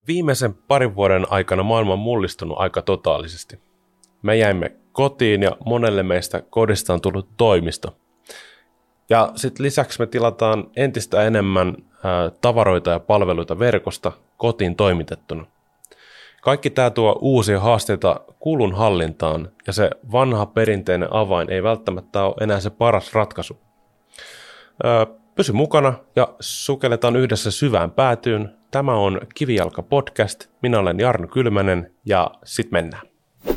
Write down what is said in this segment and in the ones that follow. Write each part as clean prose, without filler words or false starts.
Viimeisen parin vuoden aikana maailma on mullistunut aika totaalisesti. Me jäimme kotiin ja monelle meistä kodista on tullut toimisto. Ja sitten lisäksi me tilataan entistä enemmän tavaroita ja palveluita verkosta kotiin toimitettuna. Kaikki tämä tuo uusia haasteita kulun hallintaan ja se vanha perinteinen avain ei välttämättä ole enää se paras ratkaisu. Pysy mukana ja sukelletaan yhdessä syvään päätyyn. Tämä on Kivijalka podcast. Minä olen Jarno Kylmänen ja sit mennään.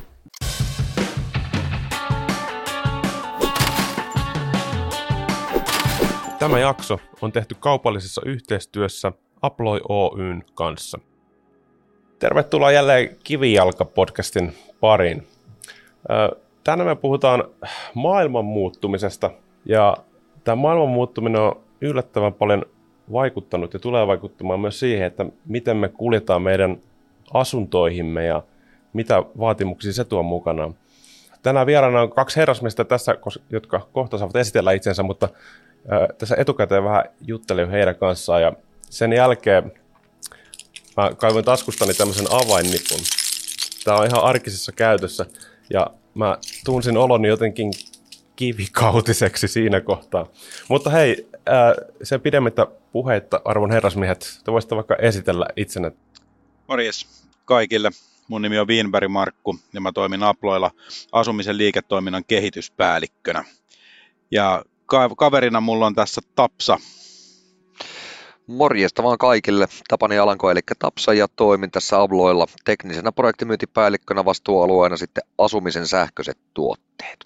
Tämä jakso on tehty kaupallisessa yhteistyössä Abloy Oyn kanssa. Tervetuloa jälleen Kivijalka podcastin pariin. Tänään me puhutaan maailman muuttumisesta ja tämä maailman muuttuminen on yllättävän paljon vaikuttanut ja tulee vaikuttamaan myös siihen, että miten me kuljetaan meidän asuntoihimme ja mitä vaatimuksia se tuo mukanaan. Tänään vieraana on kaksi herrasmiestä tässä, jotka kohta saavat esitellä itsensä, mutta tässä etukäteen vähän juttelin heidän kanssaan ja sen jälkeen mä kaivoin taskustani tämmöisen avainnipun. Tämä on ihan arkisessa käytössä ja mä tunsin oloni jotenkin kivikautiseksi siinä kohtaa. Mutta hei, sen pidemmittä puheitta, arvon herrasmiehet, te voisitte vaikka esitellä itsenne. Morjes kaikille. Mun nimi on Wienberg Markku ja mä toimin Abloylla asumisen liiketoiminnan kehityspäällikkönä. Ja kaverina mulla on tässä Tapsa. Morjesta vaan kaikille. Tapani Alanko eli Tapsa ja toimin tässä Abloylla teknisenä projektimyyntipäällikkönä vastuualueena sitten asumisen sähköiset tuotteet.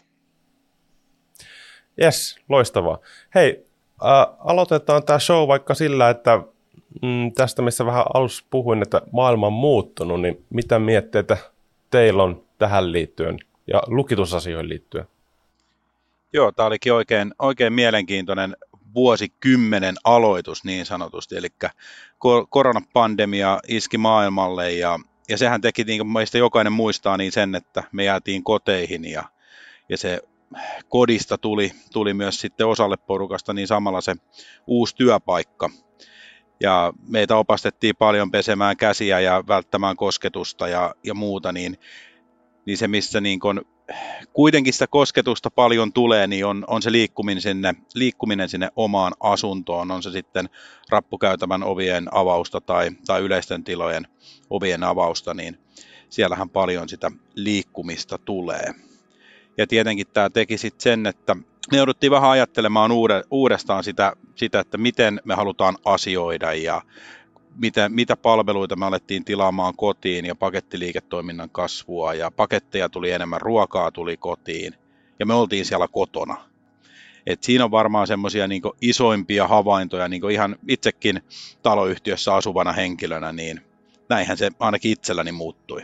Jes, loistavaa. Hei, aloitetaan tämä show vaikka sillä, että tästä missä vähän alussa puhuin, että maailma on muuttunut, niin mitä mietteitä teillä on tähän liittyen ja lukitusasioihin liittyen? Joo, tämä olikin oikein mielenkiintoinen vuosikymmenen aloitus niin sanotusti, eli koronapandemia iski maailmalle ja sehän teki, niin kuin meistä jokainen muistaa, niin sen, että me jäätiin koteihin ja se kodista tuli myös sitten osalle porukasta niin samalla se uusi työpaikka. Ja meitä opastettiin paljon pesemään käsiä ja välttämään kosketusta ja muuta, niin se missä niin kun kuitenkin sitä kosketusta paljon tulee, niin on se liikkuminen sinne omaan asuntoon, on se sitten rappukäytävän ovien avausta tai yleisten tilojen ovien avausta, niin siellähän paljon sitä liikkumista tulee. Ja tietenkin tämä teki sitten sen, että me jouduttiin vähän ajattelemaan uudestaan sitä, että miten me halutaan asioida ja mitä palveluita me alettiin tilaamaan kotiin ja pakettiliiketoiminnan kasvua ja paketteja tuli enemmän, ruokaa tuli kotiin ja me oltiin siellä kotona. Et siinä on varmaan semmoisia niinku isoimpia havaintoja niinku ihan itsekin taloyhtiössä asuvana henkilönä, niin näinhän se ainakin itselläni muuttui.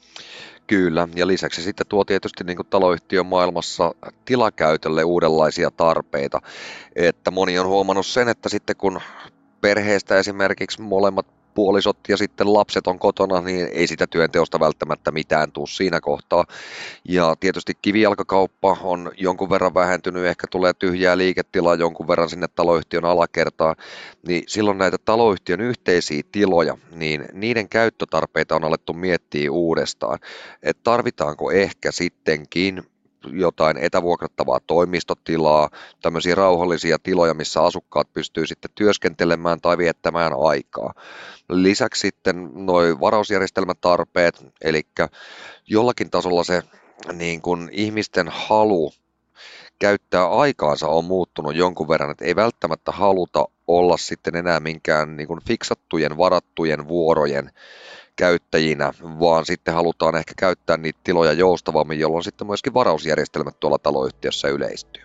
Kyllä, ja lisäksi sitten tuo tietysti niin kuin taloyhtiön maailmassa tilakäytölle uudenlaisia tarpeita, että moni on huomannut sen, että sitten kun perheestä esimerkiksi molemmat puolisot ja sitten lapset on kotona, niin ei sitä työnteosta välttämättä mitään tule siinä kohtaa. Ja tietysti kivijalkakauppa on jonkun verran vähentynyt, ehkä tulee tyhjää liiketilaa jonkun verran sinne taloyhtiön alakertaan, niin silloin näitä taloyhtiön yhteisiä tiloja, niin niiden käyttötarpeita on alettu miettiä uudestaan, että tarvitaanko ehkä sittenkin jotain etävuokrattavaa toimistotilaa, tämmöisiä rauhallisia tiloja, missä asukkaat pystyy sitten työskentelemään tai viettämään aikaa. Lisäksi sitten nuo varausjärjestelmätarpeet, eli jollakin tasolla se niin kuin ihmisten halu käyttää aikaansa on muuttunut jonkun verran, että ei välttämättä haluta olla sitten enää minkään niin kuin fiksattujen, varattujen vuorojen käyttäjinä, vaan sitten halutaan ehkä käyttää niitä tiloja joustavammin, jolloin sitten myöskin varausjärjestelmät tuolla taloyhtiössä yleistyy.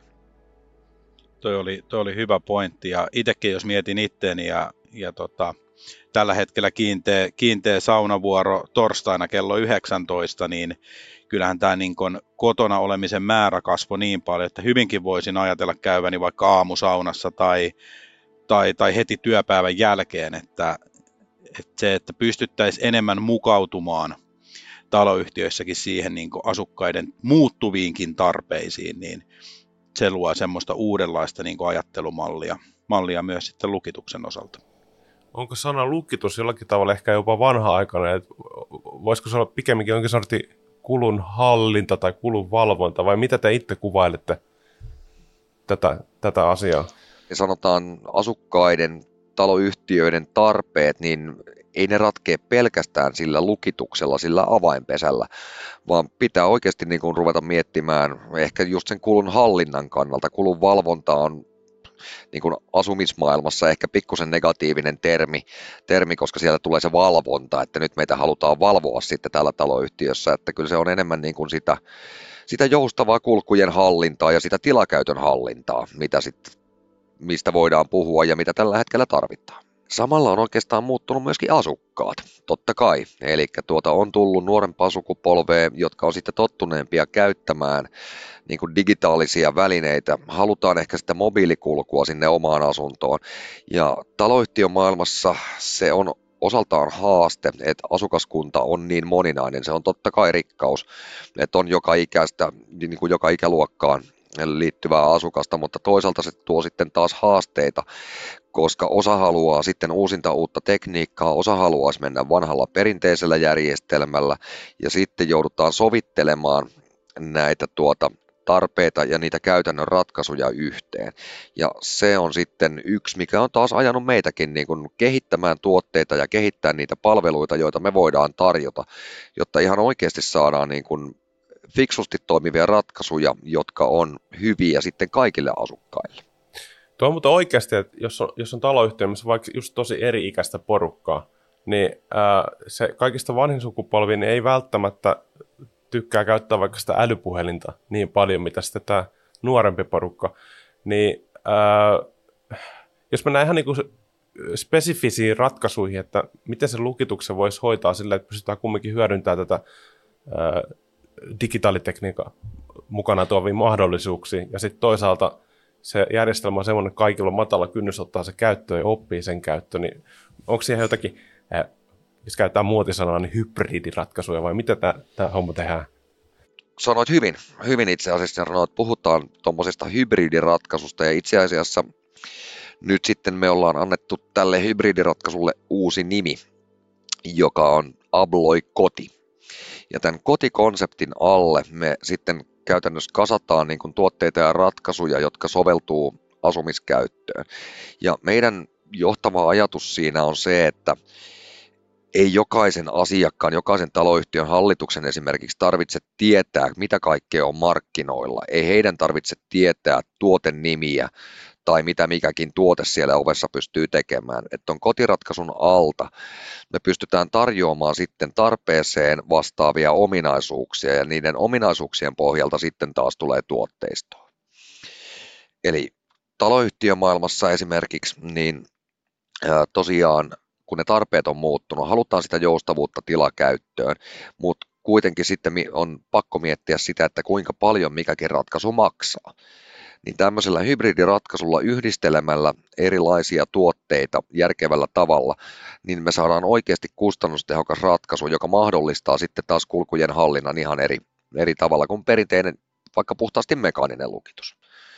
Toi oli hyvä pointti ja itsekin jos mietin itteeni ja tällä hetkellä kiinteä saunavuoro torstaina kello 19, niin kyllähän tämä niin kun kotona olemisen määrä kasvoi niin paljon, että hyvinkin voisin ajatella käyväni vaikka aamusaunassa tai heti työpäivän jälkeen, että pystyttäisiin enemmän mukautumaan taloyhtiöissäkin siihen niin kuin asukkaiden muuttuviinkin tarpeisiin, niin se luo semmoista uudenlaista niin kuin ajattelumallia myös sitten lukituksen osalta. Onko sana lukitus jollakin tavalla ehkä jopa vanha-aikainen, että voisiko se olla pikemminkin jonkin sortin kulun hallinta tai kulun valvonta, vai mitä te itse kuvailette tätä asiaa? Ja sanotaan asukkaiden, taloyhtiöiden tarpeet, niin ei ne ratkea pelkästään sillä lukituksella, sillä avainpesällä, vaan pitää oikeasti niin kuin ruveta miettimään ehkä just sen kulun hallinnan kannalta. Kulun valvonta on niin kuin asumismaailmassa ehkä pikkusen negatiivinen termi, koska siellä tulee se valvonta, että nyt meitä halutaan valvoa sitten täällä taloyhtiössä, että kyllä se on enemmän niin kuin sitä joustavaa kulkujen hallintaa ja sitä tilakäytön hallintaa, mistä voidaan puhua ja mitä tällä hetkellä tarvitaan. Samalla on oikeastaan muuttunut myöskin asukkaat, totta kai. Eli on tullut nuorempaa sukupolvea, jotka on sitten tottuneempia käyttämään niin kuin digitaalisia välineitä. Halutaan ehkä sitä mobiilikulkua sinne omaan asuntoon. Ja taloyhtiön maailmassa se on osaltaan haaste, että asukaskunta on niin moninainen. Se on totta kai rikkaus, että on joka ikäistä, niin kuin joka ikäluokkaan liittyvää asukasta, mutta toisaalta se tuo sitten taas haasteita, koska osa haluaa sitten uusinta uutta tekniikkaa, osa haluaisi mennä vanhalla perinteisellä järjestelmällä ja sitten joudutaan sovittelemaan näitä tarpeita ja niitä käytännön ratkaisuja yhteen. Ja se on sitten yksi, mikä on taas ajanut meitäkin niin kuin kehittämään tuotteita ja kehittää niitä palveluita, joita me voidaan tarjota, jotta ihan oikeasti saadaan niin kuin fiksusti toimivia ratkaisuja, jotka on hyviä sitten kaikille asukkaille. Tuo on mutta oikeasti, että jos on taloyhtiö, missä vaikka just tosi eri-ikäistä porukkaa, niin se kaikista vanhin sukupolvi niin ei välttämättä tykkää käyttää vaikka sitä älypuhelinta niin paljon, mitä sitten tämä nuorempi porukka. Niin jos mennään ihan niin kuin spesifisiin ratkaisuihin, että miten se lukituksen voisi hoitaa sillä, että pystytään kumminkin hyödyntämään tätä digitaalitekniikan mukana tuovia mahdollisuuksia, ja sitten toisaalta se järjestelmä on semmoinen, että kaikilla on matala kynnys ottaa se käyttöön ja oppii sen käyttöön, niin onko siihen jotakin, jos käytetään muotisanaa, niin hybridiratkaisuja, vai mitä tämä homma tehdään? Sanoit hyvin itse asiassa, että puhutaan tuommoisesta hybridiratkaisusta, ja itse asiassa nyt sitten me ollaan annettu tälle hybridiratkaisulle uusi nimi, joka on Abloi Koti. Ja tämän kotikonseptin alle me sitten käytännössä kasataan niin kuin tuotteita ja ratkaisuja, jotka soveltuu asumiskäyttöön. Ja meidän johtava ajatus siinä on se, että ei jokaisen asiakkaan, jokaisen taloyhtiön hallituksen esimerkiksi tarvitse tietää, mitä kaikkea on markkinoilla. Ei heidän tarvitse tietää tuotenimiä tai mitä mikäkin tuote siellä ovessa pystyy tekemään. Että on kotiratkaisun alta me pystytään tarjoamaan sitten tarpeeseen vastaavia ominaisuuksia ja niiden ominaisuuksien pohjalta sitten taas tulee tuotteistoa. Eli taloyhtiömaailmassa esimerkiksi niin tosiaan kun ne tarpeet on muuttunut, halutaan sitä joustavuutta tilakäyttöön, mutta kuitenkin sitten on pakko miettiä sitä, että kuinka paljon mikäkin ratkaisu maksaa. Niin tämmöisellä hybridiratkaisulla yhdistelemällä erilaisia tuotteita järkevällä tavalla, niin me saadaan oikeasti kustannustehokas ratkaisu, joka mahdollistaa sitten taas kulkujen hallinnan ihan eri tavalla kuin perinteinen, vaikka puhtaasti mekaaninen lukitus.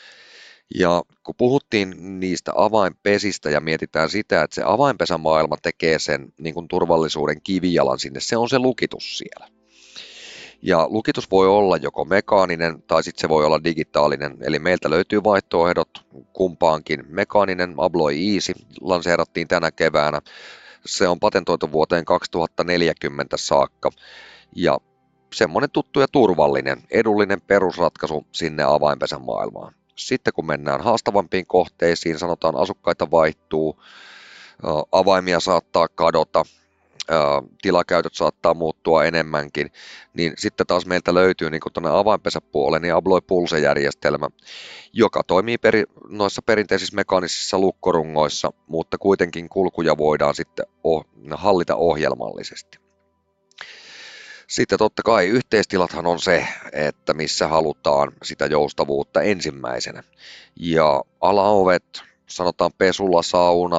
Ja kun puhuttiin niistä avainpesistä ja mietitään sitä, että se avainpesämaailma tekee sen niin kuin turvallisuuden kivijalan sinne, se on se lukitus siellä. Ja lukitus voi olla joko mekaaninen tai sitten se voi olla digitaalinen, eli meiltä löytyy vaihtoehdot kumpaankin. Mekaaninen Abloi Easy lanseerattiin tänä keväänä, se on patentoitu vuoteen 2040 saakka ja semmoinen tuttu ja turvallinen, edullinen perusratkaisu sinne avainpesän maailmaan. Sitten kun mennään haastavampiin kohteisiin, sanotaan asukkaita vaihtuu, avaimia saattaa kadota, tilakäytöt saattaa muuttua enemmänkin, niin sitten taas meiltä löytyy niin tuonne avainpesäpuolelle niin Abloi Pulse-järjestelmä, joka toimii noissa perinteisissä mekaanisissa lukkorungoissa, mutta kuitenkin kulkuja voidaan sitten hallita ohjelmallisesti. Sitten totta kai yhteistilathan on se, että missä halutaan sitä joustavuutta ensimmäisenä. Ja alaovet, sanotaan pesulla, sauna,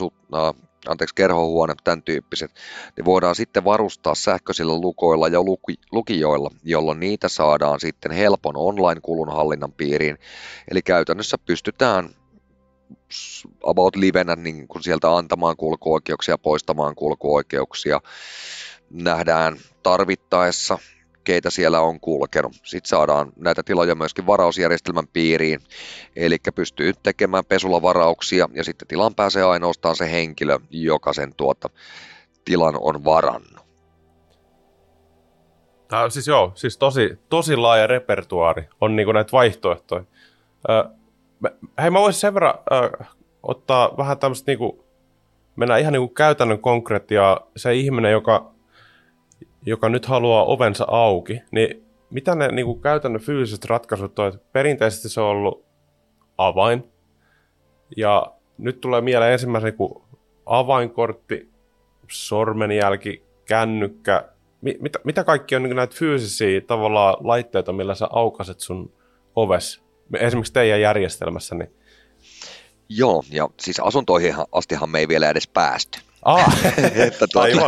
kerhohuone, tämän tyyppiset, niin voidaan sitten varustaa sähköisillä lukoilla ja lukijoilla, jolloin niitä saadaan sitten helpon online-kulunhallinnan piiriin. Eli käytännössä pystytään about livenä niin kuin sieltä antamaan kulkuoikeuksia, poistamaan kulkuoikeuksia. Nähdään tarvittaessa, keitä siellä on kulkenut. Sitten saadaan näitä tiloja myöskin varausjärjestelmän piiriin, eli pystyy tekemään pesulavarauksia ja sitten tilaan pääsee ainoastaan se henkilö, joka sen tilan on varannut. Tämä on siis tosi laaja repertuaari on niinku näitä vaihtoehtoja. Hei, mä voisin sen verran ottaa vähän tämmöistä, niinku, mennään ihan niinku käytännön konkreettia. Se ihminen, joka nyt haluaa ovensa auki, niin mitä ne niinku käytännön fyysiset ratkaisut on? Perinteisesti se on ollut avain, ja nyt tulee mieleen ensimmäisenä niinku avainkortti, sormenjälki, kännykkä. Mitä kaikki on niin näitä fyysisiä tavallaan laitteita, millä sä aukaset sun oves? Esimerkiksi teidän järjestelmässä. Niin... Joo, ja siis asuntoihin astihan me ei vielä edes päästy. Että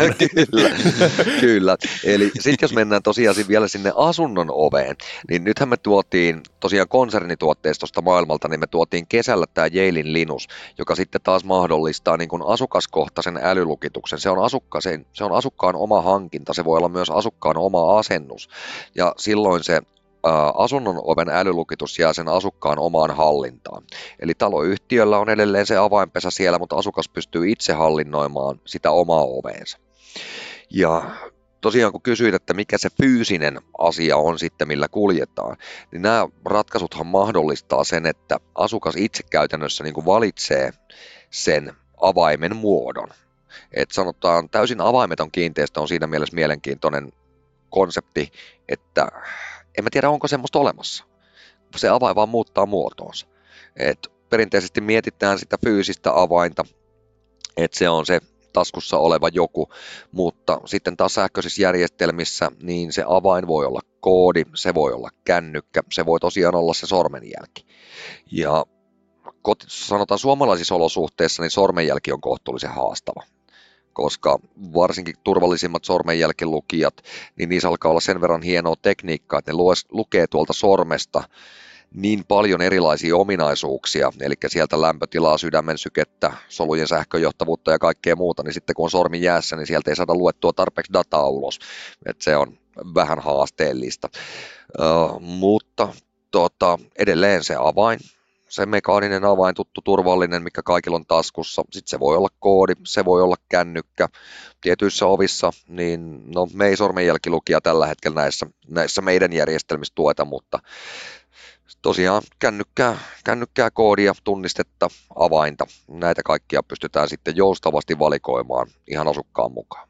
kyllä. Eli sitten jos mennään tosiaan vielä sinne asunnon oveen, niin nythän me tuotiin tosiaan konsernituotteistosta maailmalta, niin me tuotiin kesällä tämä Yalein Linus, joka sitten taas mahdollistaa niin kuin asukaskohtaisen älylukituksen. Se on asukkaan oma hankinta, se voi olla myös asukkaan oma asennus, ja silloin se asunnon oven älylukitus jää sen asukkaan omaan hallintaan. Eli taloyhtiöllä on edelleen se avainpesä siellä, mutta asukas pystyy itse hallinnoimaan sitä omaa oveensa. Ja tosiaan kun kysyit, että mikä se fyysinen asia on sitten, millä kuljetaan, niin nämä ratkaisuthan mahdollistaa sen, että asukas itse käytännössä niin kuin valitsee sen avaimen muodon. Että sanotaan täysin avaimeton kiinteistö on siinä mielessä mielenkiintoinen konsepti, että en mä tiedä, onko semmoista olemassa. Se avain vaan muuttaa muotoonsa. Et perinteisesti mietitään sitä fyysistä avainta, että se on se taskussa oleva joku, mutta sitten taas sähköisissä järjestelmissä, niin se avain voi olla koodi, se voi olla kännykkä, se voi tosiaan olla se sormenjälki. Ja sanotaan suomalaisissa olosuhteissa, niin sormenjälki on kohtuullisen haastava, koska varsinkin turvallisimmat sormenjälkilukijat, niin niissä alkaa olla sen verran hienoa tekniikkaa, että ne lukee tuolta sormesta niin paljon erilaisia ominaisuuksia, eli sieltä lämpötilaa, sydämen sykettä, solujen sähköjohtavuutta ja kaikkea muuta, niin sitten kun on sormi jäässä, niin sieltä ei saada luettua tarpeeksi dataa ulos, että se on vähän haasteellista, mutta edelleen se avain, se mekaaninen avain, tuttu turvallinen, mikä kaikilla on taskussa. Sitten se voi olla koodi, se voi olla kännykkä. Tietyissä ovissa, niin no, me ei sormenjälkilukia tällä hetkellä näissä meidän järjestelmissä tueta, mutta tosiaan kännykkää, koodia, tunnistetta, avainta. Näitä kaikkia pystytään sitten joustavasti valikoimaan ihan asukkaan mukaan.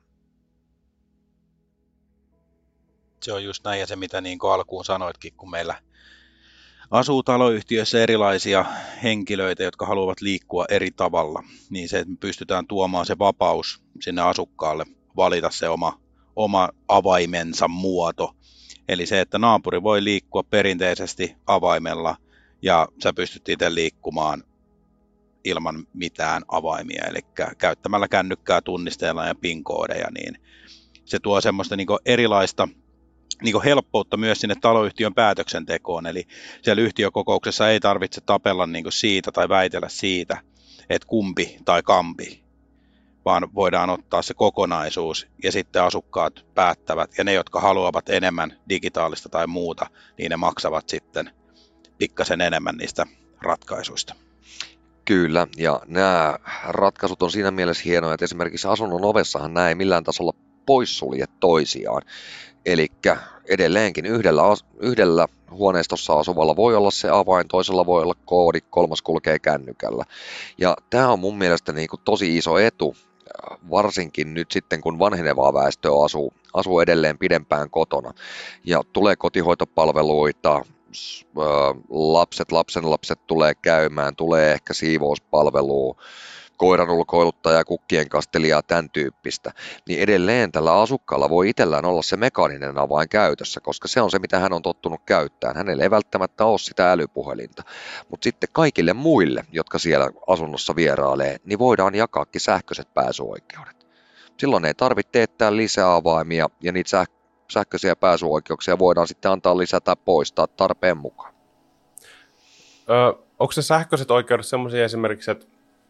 Se on just näin, ja se mitä niin kuin alkuun sanoitkin, kun meillä asuu taloyhtiössä erilaisia henkilöitä, jotka haluavat liikkua eri tavalla, niin se, että me pystytään tuomaan se vapaus sinne asukkaalle, valita se oma avaimensa muoto. Eli se, että naapuri voi liikkua perinteisesti avaimella ja sä pystyt itse liikkumaan ilman mitään avaimia, eli käyttämällä kännykkää, tunnisteella ja PIN-koodeja, niin se tuo semmoista niin kuin erilaista niin kuin helppoutta myös sinne taloyhtiön päätöksentekoon, eli siellä yhtiökokouksessa ei tarvitse tapella niin kuin siitä tai väitellä siitä, että kumpi tai kampi, vaan voidaan ottaa se kokonaisuus ja sitten asukkaat päättävät, ja ne, jotka haluavat enemmän digitaalista tai muuta, niin ne maksavat sitten pikkasen enemmän niistä ratkaisuista. Kyllä, ja nämä ratkaisut on siinä mielessä hienoja, että esimerkiksi asunnon ovessahan nämä ei millään tasolla poissulje toisiaan. Eli edelleenkin yhdellä huoneistossa asuvalla voi olla se avain, toisella voi olla koodi, kolmas kulkee kännykällä. Ja tämä on mun mielestä niin kuin tosi iso etu, varsinkin nyt sitten kun vanhenevaa väestöä asuu edelleen pidempään kotona. Ja tulee kotihoitopalveluita, lapsenlapset tulee käymään, tulee ehkä siivouspalvelua, koiran ulkoiluttajaa, kukkien kastelijaa, tämän tyyppistä, niin edelleen tällä asukkaalla voi itsellään olla se mekaaninen avain käytössä, koska se on se, mitä hän on tottunut käyttämään. Hänellä ei välttämättä ole sitä älypuhelinta, mutta sitten kaikille muille, jotka siellä asunnossa vierailee, niin voidaan jakaakin sähköiset pääsyoikeudet. Silloin ei tarvitse teettää lisää avaimia, ja niitä sähköisiä pääsyoikeuksia voidaan sitten antaa lisää tai poistaa tarpeen mukaan. onko se sähköiset oikeudet semmoisia esimerkiksi, että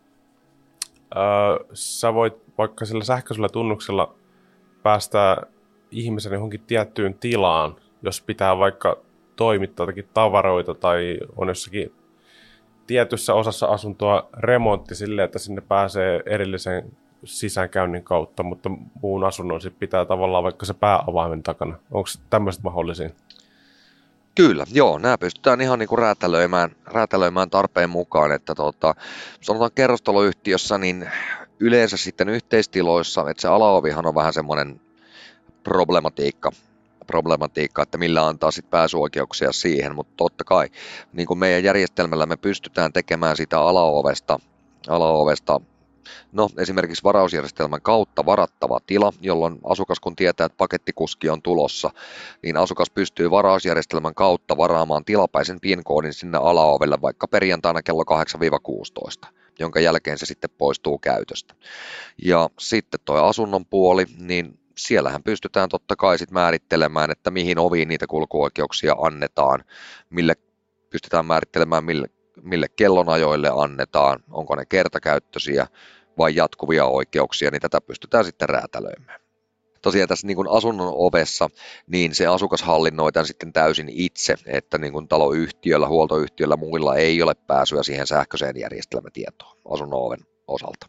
sä voit vaikka sillä sähköisellä tunnuksella päästää ihmisen johonkin tiettyyn tilaan, jos pitää vaikka toimittaa jotakin tavaroita tai on jossakin tietyssä osassa asuntoa remontti silleen, että sinne pääsee erillisen sisäänkäynnin kautta, mutta muun asunnon sit pitää tavallaan vaikka se pääavaimen takana. Onko tämmöiset mahdollisia? Kyllä, joo, nämä pystytään ihan niin kuin räätälöimään tarpeen mukaan, että sanotaan kerrostaloyhtiössä, niin yleensä sitten yhteistiloissa, että se alaovihan on vähän semmoinen problematiikka, että millä antaa sitten pääsyoikeuksia siihen, mutta totta kai niin kuin meidän järjestelmällä me pystytään tekemään sitä alaovesta esimerkiksi varausjärjestelmän kautta varattava tila, jolloin asukas kun tietää, että pakettikuski on tulossa, niin asukas pystyy varausjärjestelmän kautta varaamaan tilapäisen PIN-koodin sinne alaovelle vaikka perjantaina kello 8-16, jonka jälkeen se sitten poistuu käytöstä. Ja sitten tuo asunnon puoli, niin siellähän pystytään totta kai sit määrittelemään, että mihin oviin niitä kulkuoikeuksia annetaan, pystytään määrittelemään mille kellonajoille annetaan, onko ne kertakäyttöisiä vai jatkuvia oikeuksia, niin tätä pystytään sitten räätälöimään. Tosiaan tässä niin kuin asunnon ovessa, niin se asukas hallinnoi tämän sitten täysin itse, että niin kuin taloyhtiöllä, huoltoyhtiöllä, muilla ei ole pääsyä siihen sähköiseen järjestelmätietoon asunnon oven osalta.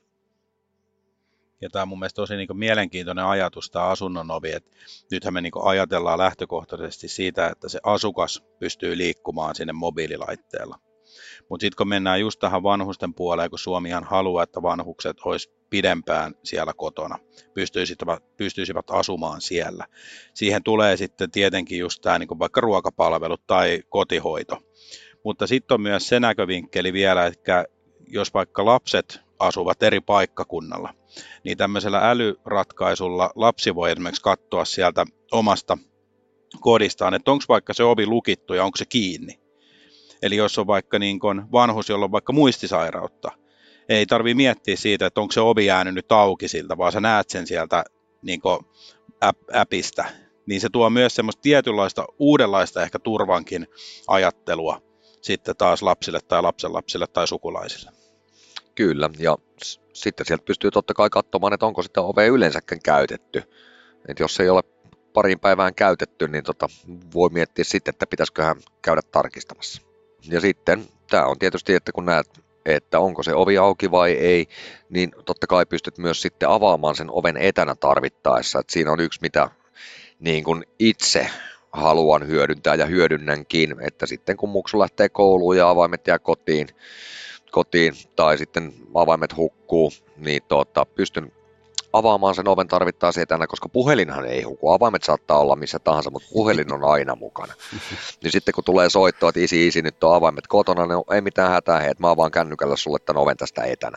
Ja tämä on mun mielestä tosi niin kuin mielenkiintoinen ajatus, tämä asunnon ovi, että nythän me niin kuin ajatellaan lähtökohtaisesti siitä, että se asukas pystyy liikkumaan sinne mobiililaitteella. Mutta sitten kun mennään just tähän vanhusten puoleen, kun Suomihan haluaa, että vanhukset olisi pidempään siellä kotona, pystyisivät asumaan siellä. Siihen tulee sitten tietenkin just tämä niin kuin vaikka ruokapalvelut tai kotihoito. Mutta sitten on myös se näkövinkkeli vielä, että jos vaikka lapset asuvat eri paikkakunnalla, niin tämmöisellä älyratkaisulla lapsi voi esimerkiksi katsoa sieltä omasta kodistaan, että onko vaikka se ovi lukittu ja onko se kiinni. Eli jos on vaikka niin kuin vanhus, jolla on vaikka muistisairautta, ei tarvitse miettiä siitä, että onko se ovi jäänyt nyt auki siltä, vaan sä näet sen sieltä niin kuin appista. Niin se tuo myös semmoista tietynlaista uudenlaista ehkä turvankin ajattelua sitten taas lapsille tai lapsenlapsille tai sukulaisille. Kyllä, ja sitten sieltä pystyy totta kai katsomaan, että onko sitä ovea yleensäkään käytetty. Et jos ei ole parin päivään käytetty, niin voi miettiä sitten, että pitäisiköhän käydä tarkistamassa. Ja sitten tämä on tietysti, että kun näet, että onko se ovi auki vai ei, niin totta kai pystyt myös sitten avaamaan sen oven etänä tarvittaessa. Et siinä on yksi, mitä niin kun itse haluan hyödyntää ja hyödynnänkin, että sitten kun muksu lähtee kouluun ja avaimet jää kotiin tai sitten avaimet hukkuu, niin pystyn avaamaan sen oven tarvittaessa etänä, koska puhelinhan ei huku. Avaimet saattaa olla missä tahansa, mutta puhelin on aina mukana. Niin sitten kun tulee soittoa, että isi, nyt on avaimet kotona, niin ei mitään hätää, että mä avaan kännykällä sulle tämän oven tästä etänä.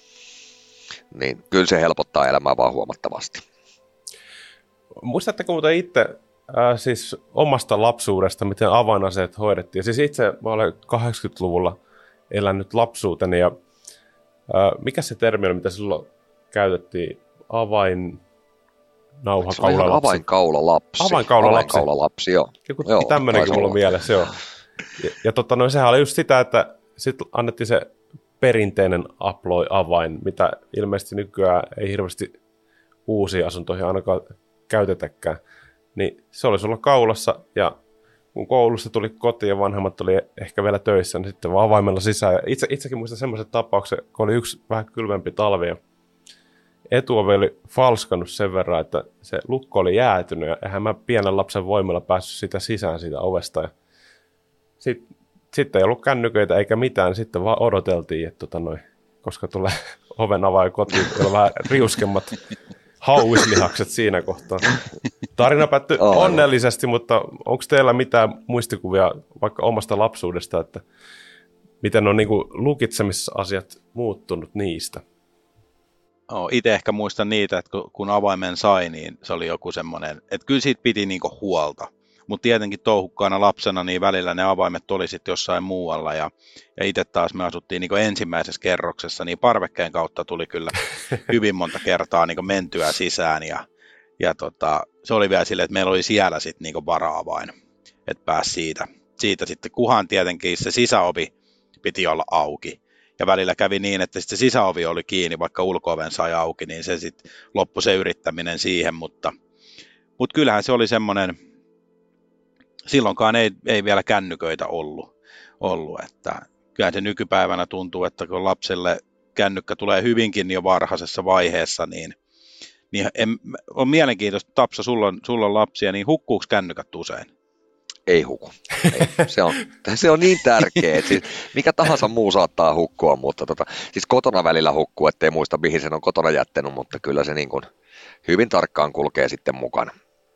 Niin kyllä se helpottaa elämää vaan huomattavasti. Muistatteko muuten itse siis omasta lapsuudesta, miten avainaseet hoidettiin? Siis itse mä olen 80-luvulla elänyt lapsuuteni ja mikä se termi oli, mitä silloin käytettiin? Avainkaulalapsi. Avainkaulalapsi, joo. Joku tämmöinenkin mulla on mielessä, joo. Ja sehän oli just sitä, että sitten annettiin se perinteinen Aploy-avain, mitä ilmeisesti nykyään ei hirveästi uusiin asuntoihin ainakaan käytetäkään. Niin se oli sulla kaulassa ja kun koulusta tuli kotiin ja vanhemmat oli ehkä vielä töissä, niin sitten vaan avaimella sisään. Ja itsekin muistan semmoisen tapauksen, kun oli yksi vähän kylmempi talvi ja etuovi oli falskannut sen verran, että se lukko oli jäätynyt ja eihän mä pienen lapsen voimalla päässyt sitä sisään siitä ovesta. Ja sitten ei ollut kännyköitä eikä mitään, niin sitten vaan odoteltiin, että koska tulee oven avaaja kotiin, on vähän riuskemmat hauislihakset siinä kohtaa. Tarina päättyi onnellisesti, mutta onko teillä mitään muistikuvia vaikka omasta lapsuudesta, että miten on niinku lukitsemisasiat muuttunut niistä? Itse ehkä muistan niitä, että kun avaimen sai, niin se oli joku semmoinen, että kyllä siitä piti niinku huolta. Mutta tietenkin touhukkaana lapsena, niin välillä ne avaimet oli sitten jossain muualla. Ja itse taas me asuttiin niinku ensimmäisessä kerroksessa, niin parvekkeen kautta tuli kyllä hyvin monta kertaa niinku mentyä sisään. Ja se oli vielä silleen, että meillä oli siellä sitten niinku vara-avain, että pääsi siitä sitten, kuhan tietenkin se sisäovi piti olla auki. Ja välillä kävi niin, että sitten se sisäovi oli kiinni, vaikka ulko-oven sai auki, niin se sitten loppui se yrittäminen siihen, mutta kyllähän se oli semmoinen, silloinkaan ei vielä kännyköitä ollut, että kyllä se nykypäivänä tuntuu, että kun lapselle kännykkä tulee hyvinkin jo varhaisessa vaiheessa, niin on mielenkiintoista, Tapsa, sulla on lapsia, niin hukkuuko kännykät usein? Ei huku. Ei. Se on niin tärkeä, että siis mikä tahansa muu saattaa hukkua, mutta siis kotona välillä hukkuu, ettei muista mihin sen on kotona jättänyt, mutta kyllä se niin kuin hyvin tarkkaan kulkee sitten mukana.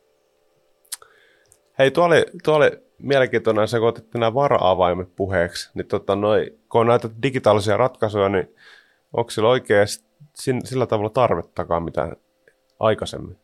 Hei, tuo oli mielenkiintoinen se, kun otettiin nämä vara-avaimet puheeksi, niin kun on näitä digitaalisia ratkaisuja, niin onko sillä oikein sillä tavalla tarvettakaan mitään aikaisemmin?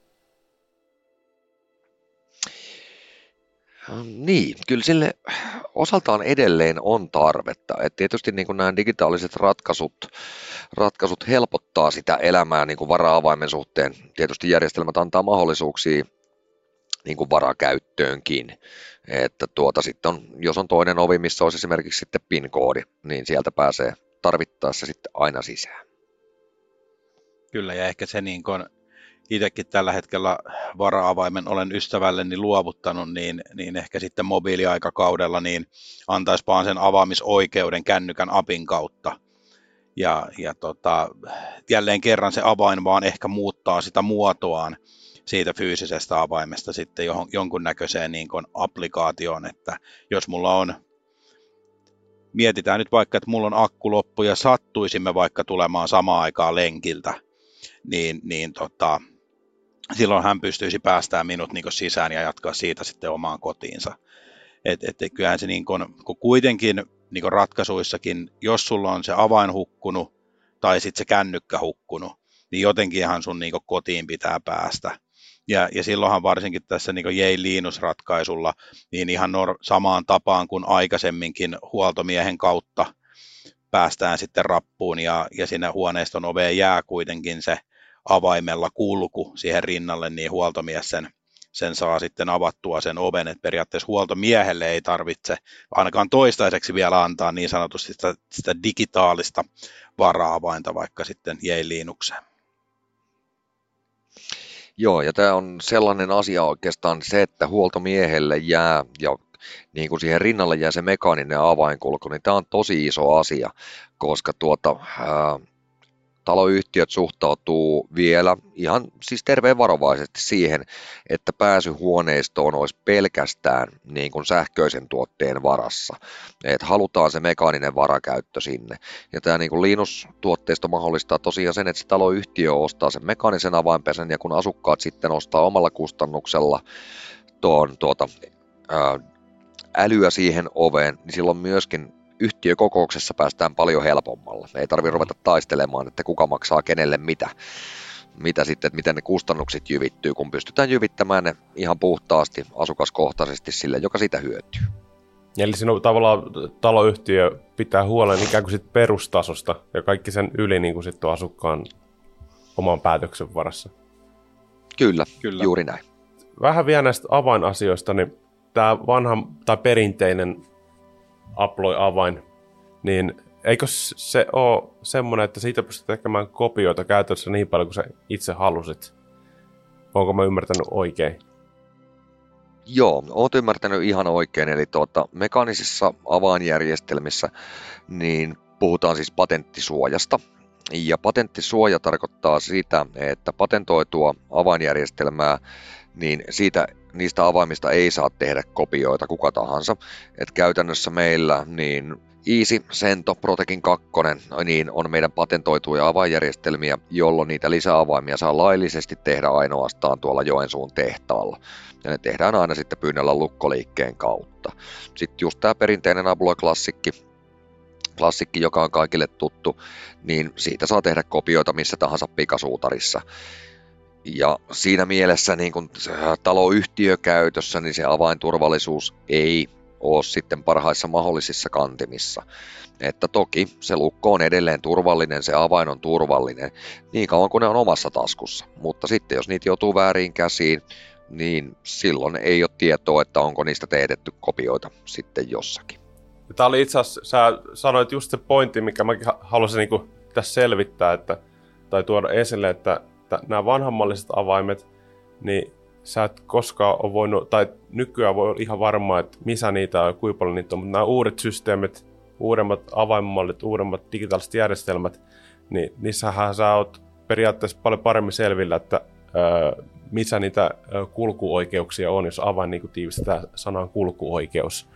Niin, kyllä sille osaltaan edelleen on tarvetta. Et tietysti niin kuin nämä digitaaliset ratkaisut helpottaa sitä elämää niin kuin vara-avaimen suhteen. Tietysti järjestelmät antaa mahdollisuuksia niin kuin varakäyttöönkin. Että sitten jos on toinen ovi, missä olisi esimerkiksi sitten PIN-koodi, niin sieltä pääsee tarvittaessa sitten aina sisään. Kyllä, ja ehkä se niin kuin itsekin tällä hetkellä vara-avaimen olen ystävälleni luovuttanut, niin ehkä sitten mobiiliaikakaudella niin antaisi vaan sen avaamisoikeuden kännykän apin kautta. Ja jälleen kerran se avain vaan ehkä muuttaa sitä muotoaan siitä fyysisestä avaimesta sitten jonkunnäköiseen niin kuin applikaatioon, että jos mulla on, mietitään nyt vaikka, että mulla on akku loppu ja sattuisimme vaikka tulemaan samaan aikaan lenkiltä, niin silloin hän pystyisi päästämään minut niin kuin sisään ja jatkaa siitä sitten omaan kotiinsa. Että kyllähän se niin kuin kuitenkin niin kuin ratkaisuissakin, jos sulla on se avain hukkunut tai sitten se kännykkä hukkunut, niin jotenkinhan sun niin kuin kotiin pitää päästä. Ja silloinhan varsinkin tässä niin kuin J-Linus-ratkaisulla, niin ihan samaan tapaan kuin aikaisemminkin huoltomiehen kautta päästään sitten rappuun ja sinne huoneiston oveen jää kuitenkin se avaimella kulku siihen rinnalle, niin huoltomies sen saa sitten avattua sen oven, että periaatteessa huoltomiehelle ei tarvitse ainakaan toistaiseksi vielä antaa niin sanotusti sitä digitaalista vara-avainta vaikka sitten J-Linukseen. Joo, ja tämä on sellainen asia oikeastaan se, että huoltomiehelle jää ja niin kuin siihen rinnalle jää se mekaaninen avainkulku, niin tämä on tosi iso asia, koska taloyhtiöt suhtautuu vielä ihan siis terveen varovaisesti siihen, että pääsy huoneistoon olisi pelkästään niin kuin sähköisen tuotteen varassa. Et halutaan se mekaaninen varakäyttö sinne. Ja tämä niin kuin Linus-tuotteisto mahdollistaa tosiaan sen, että se taloyhtiö ostaa sen mekaanisen avainpesän, ja kun asukkaat sitten ostaa omalla kustannuksella älyä siihen oveen, niin silloin myöskin yhtiökokouksessa päästään paljon helpommalla. Ei tarvitse ruveta taistelemaan, että kuka maksaa kenelle mitä sitten, että miten ne kustannukset jyvittyy, kun pystytään jyvittämään ne ihan puhtaasti asukaskohtaisesti sille, joka sitä hyötyy. Eli siinä on tavallaan taloyhtiö pitää huolen ikään kuin sit perustasosta ja kaikki sen yli niin kuin sitten on asukkaan oman päätöksen varassa. Kyllä, juuri näin. Vähän vielä näistä avainasioista, niin tämä vanha tai perinteinen Aploy-avain, niin eikö se ole semmoinen, että siitä pystyt tekemään kopioita käytössä niin paljon kuin sä itse halusit? Onko mä ymmärtänyt oikein? Joo, oot ymmärtänyt ihan oikein. Eli mekaanisissa avainjärjestelmissä niin puhutaan siis patenttisuojasta. Ja patenttisuoja tarkoittaa sitä, että patentoitua avainjärjestelmää, niin niistä avaimista ei saa tehdä kopioita kuka tahansa. Et käytännössä meillä niin Easy, Sento, Protecin 2 niin on meidän patentoituja avainjärjestelmiä, jolloin niitä lisäavaimia saa laillisesti tehdä ainoastaan tuolla Joensuun tehtaalla. Ja ne tehdään aina sitten pyynnöllä lukkoliikkeen kautta. Sitten just tämä perinteinen Aploy-klassikki, joka on kaikille tuttu, niin siitä saa tehdä kopioita missä tahansa pikasuutarissa. Ja siinä mielessä niin kun taloyhtiökäytössä, niin se avainturvallisuus ei ole sitten parhaissa mahdollisissa kantimissa. Että toki se lukko on edelleen turvallinen, se avain on turvallinen, niin kauan kuin ne on omassa taskussa. Mutta sitten jos niitä joutuu vääriin käsiin, niin silloin ei ole tietoa, että onko niistä teetetty kopioita sitten jossakin. Tämä oli itse asiassa, sä sanoit just se pointti, mikä mäkin haluaisin niin tässä selvittää, tai tuoda esille, että nämä vanhammalliset avaimet, niin sä et koskaan ole voinut, tai nykyään voi olla ihan varmaa, että missä niitä on ja kuinka paljon niitä on, mutta nämä uudet systeemit, uudemmat avainmallit, uudemmat digitaaliset järjestelmät, niin niissähän sä oot periaatteessa paljon paremmin selvillä, että missä niitä kulkuoikeuksia on, jos avain niin tiivistetään sanan kulkuoikeus.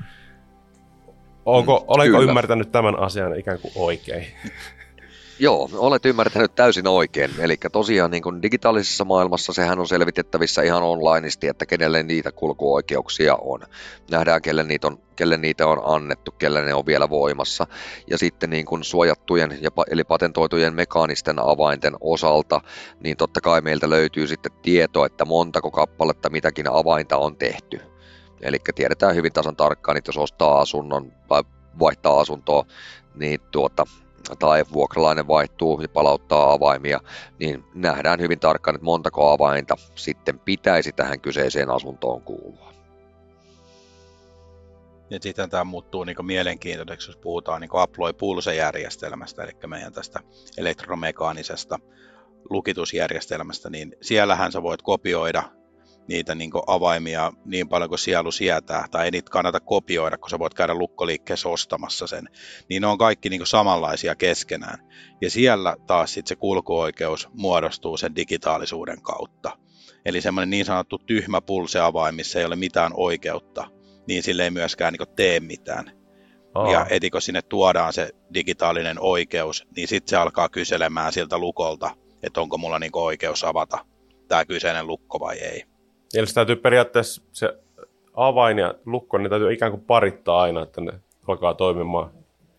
Olenko ymmärtänyt tämän asian ikään kuin oikein? Joo, olet ymmärtänyt täysin oikein. Eli tosiaan niin kuin digitaalisessa maailmassa sehän on selvitettävissä ihan onlineisti, että kenelle niitä kulkuoikeuksia on. Nähdään, kelle niitä on annettu, kelle ne on vielä voimassa. Ja sitten niin kuin suojattujen eli patentoitujen mekaanisten avainten osalta, niin totta kai meiltä löytyy sitten tieto, että montako kappaletta mitäkin avainta on tehty. Eli tiedetään hyvin tasan tarkkaan, että jos ostaa asunnon tai vaihtaa asuntoa, niin tai vuokralainen vaihtuu ja palauttaa avaimia, niin nähdään hyvin tarkkaan, että montako avainta sitten pitäisi tähän kyseiseen asuntoon kuulua. Ja sitten tämä muuttuu niin mielenkiintoiseksi, jos puhutaan niin Aploy Pulse-järjestelmästä, eli meidän tästä elektromekaanisesta lukitusjärjestelmästä, niin siellähän sä voit kopioida niitä niin avaimia niin paljon kuin sielu sietää, tai ei niitä kannata kopioida, kun sä voit käydä lukkoliikkeessä ostamassa sen, niin ne on kaikki niin samanlaisia keskenään. Ja siellä taas sitten se kulkuoikeus muodostuu sen digitaalisuuden kautta. Eli semmoinen niin sanottu tyhmä pulse-avain, missä ei ole mitään oikeutta, niin sille ei myöskään niin tee mitään. Ja heti kun sinne tuodaan se digitaalinen oikeus, niin sitten se alkaa kyselemään siltä lukolta, että onko mulla niin oikeus avata tämä kyseinen lukko vai ei. Eli se täytyy periaatteessa se avain ja lukko, ne täytyy ikään kuin parittaa aina, että ne alkaa toimimaan.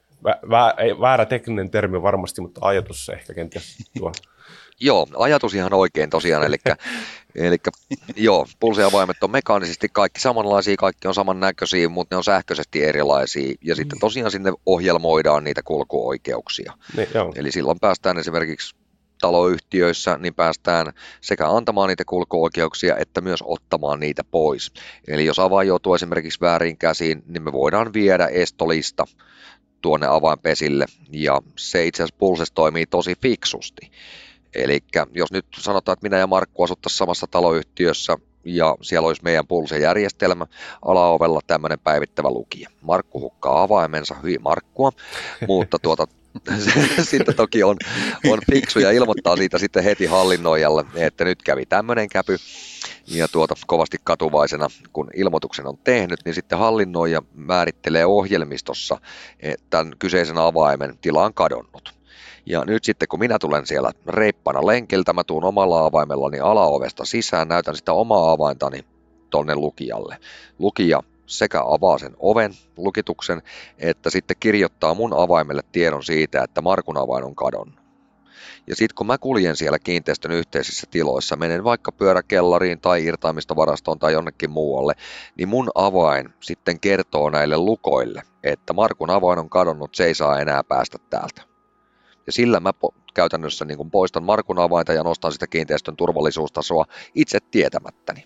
Väärä tekninen termi varmasti, mutta ajatus se ehkä kenties tuo. Joo, ajatus ihan oikein tosiaan, eli joo, pulseavaimet on mekaanisesti kaikki samanlaisia, kaikki on samannäköisiä, mutta ne on sähköisesti erilaisia, ja sitten tosiaan sinne ohjelmoidaan niitä kulkuoikeuksia. Niin, eli silloin päästään esimerkiksi taloyhtiöissä, niin päästään sekä antamaan niitä kulkuoikeuksia, että myös ottamaan niitä pois. Eli jos avain joutuu esimerkiksi väärin käsiin, niin me voidaan viedä estolista tuonne avainpesille, ja se itse asiassa Pulses toimii tosi fiksusti. Eli jos nyt sanotaan, että minä ja Markku asuttaisiin samassa taloyhtiössä, ja siellä olisi meidän Pulse-järjestelmä, alaovella tämmöinen päivittävä lukija. Markku hukkaa avaimensa, hyvin Markkua, mutta sitten toki on fiksu ja ilmoittaa siitä sitten heti hallinnoijalle, että nyt kävi tämmöinen käpy, ja kovasti katuvaisena, kun ilmoituksen on tehnyt, niin sitten hallinnoija määrittelee ohjelmistossa, että tämän kyseisen avaimen tila on kadonnut. Ja nyt sitten kun minä tulen siellä reippana lenkiltä, mä tuun omalla avaimellani alaovesta sisään, näytän sitä omaa avaintani tonne lukijalle. Lukija sekä avaa sen oven, lukituksen, että sitten kirjoittaa mun avaimelle tiedon siitä, että Markun avain on kadonnut. Ja sitten kun mä kuljen siellä kiinteistön yhteisissä tiloissa, menen vaikka pyöräkellariin tai irtaimistovarastoon tai jonnekin muualle, niin mun avain sitten kertoo näille lukoille, että Markun avain on kadonnut, se ei saa enää päästä täältä. Ja sillä mä käytännössä niin kun poistan Markun avainta ja nostan sitä kiinteistön turvallisuustasoa itse tietämättäni.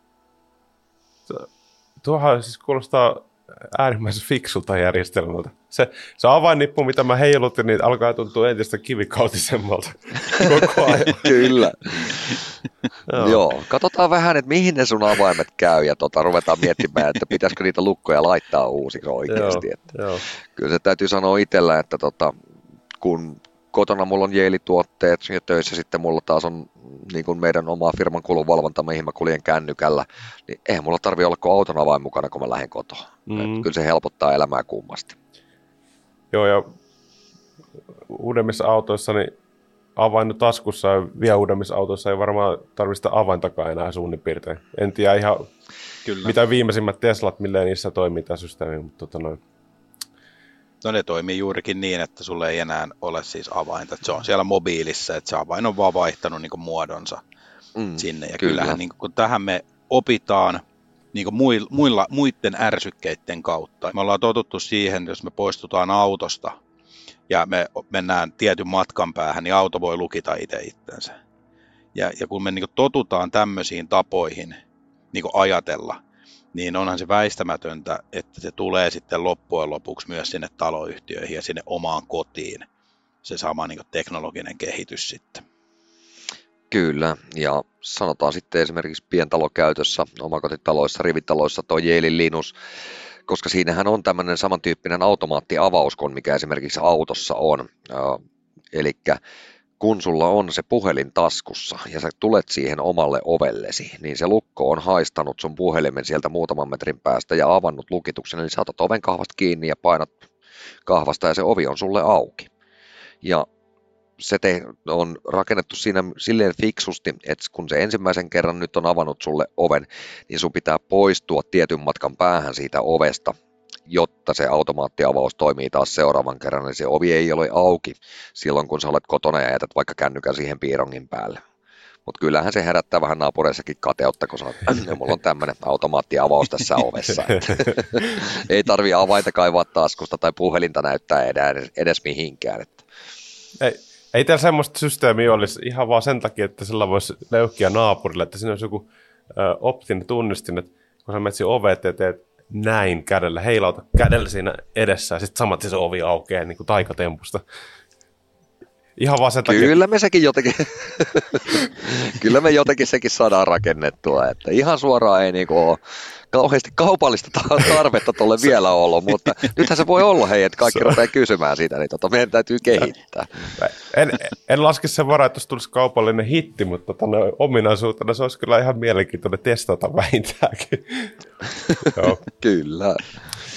Tuohan siis kuulostaa äärimmäisen fiksulta järjestelmältä. Se avainnippu, mitä mä heilutin, niin alkaa tuntua entistä kivikautisemmalta koko ajan. Kyllä. Joo, katsotaan vähän, että mihin ne sun avaimet käy ja ruvetaan miettimään, että pitäisikö niitä lukkoja laittaa uusiksi oikeasti. Joo. Kyllä se täytyy sanoa itsellä, että kun kotona mulla on Jeeli-tuotteet ja töissä sitten mulla taas on niin kuin meidän oma firman kulunvalvonta, mihin mä kuljen kännykällä, niin eihän mulla tarvitse olla kuin auton avain mukana, kun mä lähden kotoa. Kyllä se helpottaa elämää kummasti. Joo, ja uudemmissa autoissa niin avain taskussa ja vielä uudemmissa autoissa ei varmaan tarvitse avaintakaan enää suunnin piirtein. En tiedä ihan mitä viimeisimmät Teslat, milleen niissä toimii tämä systeemi, mutta No ne toimii juurikin niin, että sulle ei enää ole siis avainta. Että se on siellä mobiilissa, että se avain on vaan vaihtanut niin kuin muodonsa sinne. Ja kyllähän niin kuin, kun tähän me opitaan niin kuin muiden ärsykkeiden kautta. Me ollaan totuttu siihen, jos me poistutaan autosta ja me mennään tietyn matkan päähän, niin auto voi lukita itse itsensä. Ja kun me niin kuin totutaan tämmöisiin tapoihin niin kuin ajatella, niin onhan se väistämätöntä, että se tulee sitten loppujen lopuksi myös sinne taloyhtiöihin ja sinne omaan kotiin, se sama niin kuin teknologinen kehitys sitten. Kyllä, ja sanotaan sitten esimerkiksi pientalokäytössä, omakotitaloissa, rivitaloissa tuo Yale Linux, koska siinähän on tämmöinen samantyyppinen automaattiavaus kuin mikä esimerkiksi autossa on. Eli kun sulla on se puhelin taskussa ja sä tulet siihen omalle ovellesi, niin se lukko on haistanut sun puhelimen sieltä muutaman metrin päästä ja avannut lukituksen, eli saatat oven kahvasta kiinni ja painat kahvasta ja se ovi on sulle auki. Ja se on rakennettu siinä silleen fiksusti, että kun se ensimmäisen kerran nyt on avannut sulle oven, niin sun pitää poistua tietyn matkan päähän siitä ovesta, jotta se automaattiavaus toimii taas seuraavan kerran, eli se ovi ei ole auki silloin, kun sä olet kotona ja jätät vaikka kännykän siihen piirongin päälle. Mutta kyllähän se herättää vähän naapureissakin kateutta, kun sanot, että mulla on tämmöinen automaattiavaus tässä ovessa. Ei tarvii avainta kaivaa taskusta tai puhelinta näyttää edes mihinkään. Ei teillä semmoista systeemiä olisi ihan vaan sen takia, että sillä voisi leukkiä naapurille, että siinä olisi joku optinen tunnistin, että kun sä menet siinä ovet ja teet näin kädellä, heilauta kädellä siinä edessä ja sitten samat se ovi aukeaa niin kuin taikatempusta. Ihan vaan sen takia. Kyllä me jotenkin sekin saadaan rakennettua, että ihan suoraan ei niinku ole kauheasti kaupallista tarvetta tuolle vielä ollut, mutta nythän se voi olla että kaikki rupeaa kysymään siitä, niin meidän täytyy kehittää. En laske sen varaa, että jos tulisi kaupallinen hitti, mutta ominaisuutena se olisi kyllä ihan mielenkiintoinen testata vähintäänkin. Kyllä.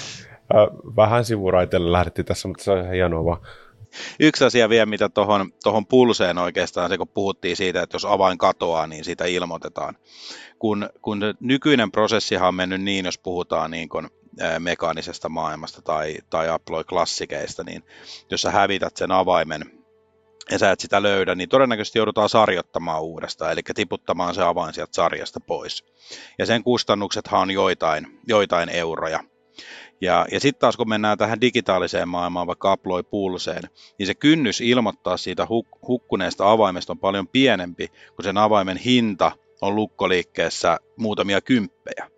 Vähän sivuraiteelle lähdettiin tässä, mutta se on ihan hienoa vaan. Yksi asia vielä, mitä tuohon pulseen oikeastaan, se kun puhuttiin siitä, että jos avain katoaa, niin sitä ilmoitetaan. Kun nykyinen prosessihan on mennyt niin, jos puhutaan niin kuin mekaanisesta maailmasta tai Apple-klassikeista, niin jos sä hävität sen avaimen ja sä et sitä löydä, niin todennäköisesti joudutaan sarjottamaan uudestaan, eli tiputtamaan se avain sieltä sarjasta pois. Ja sen kustannuksethan on joitain euroja. Ja sitten taas kun mennään tähän digitaaliseen maailmaan, vaikka Apple Pulseen, niin se kynnys ilmoittaa siitä hukkuneesta avaimesta on paljon pienempi, kun sen avaimen hinta on lukkoliikkeessä muutamia kymppejä.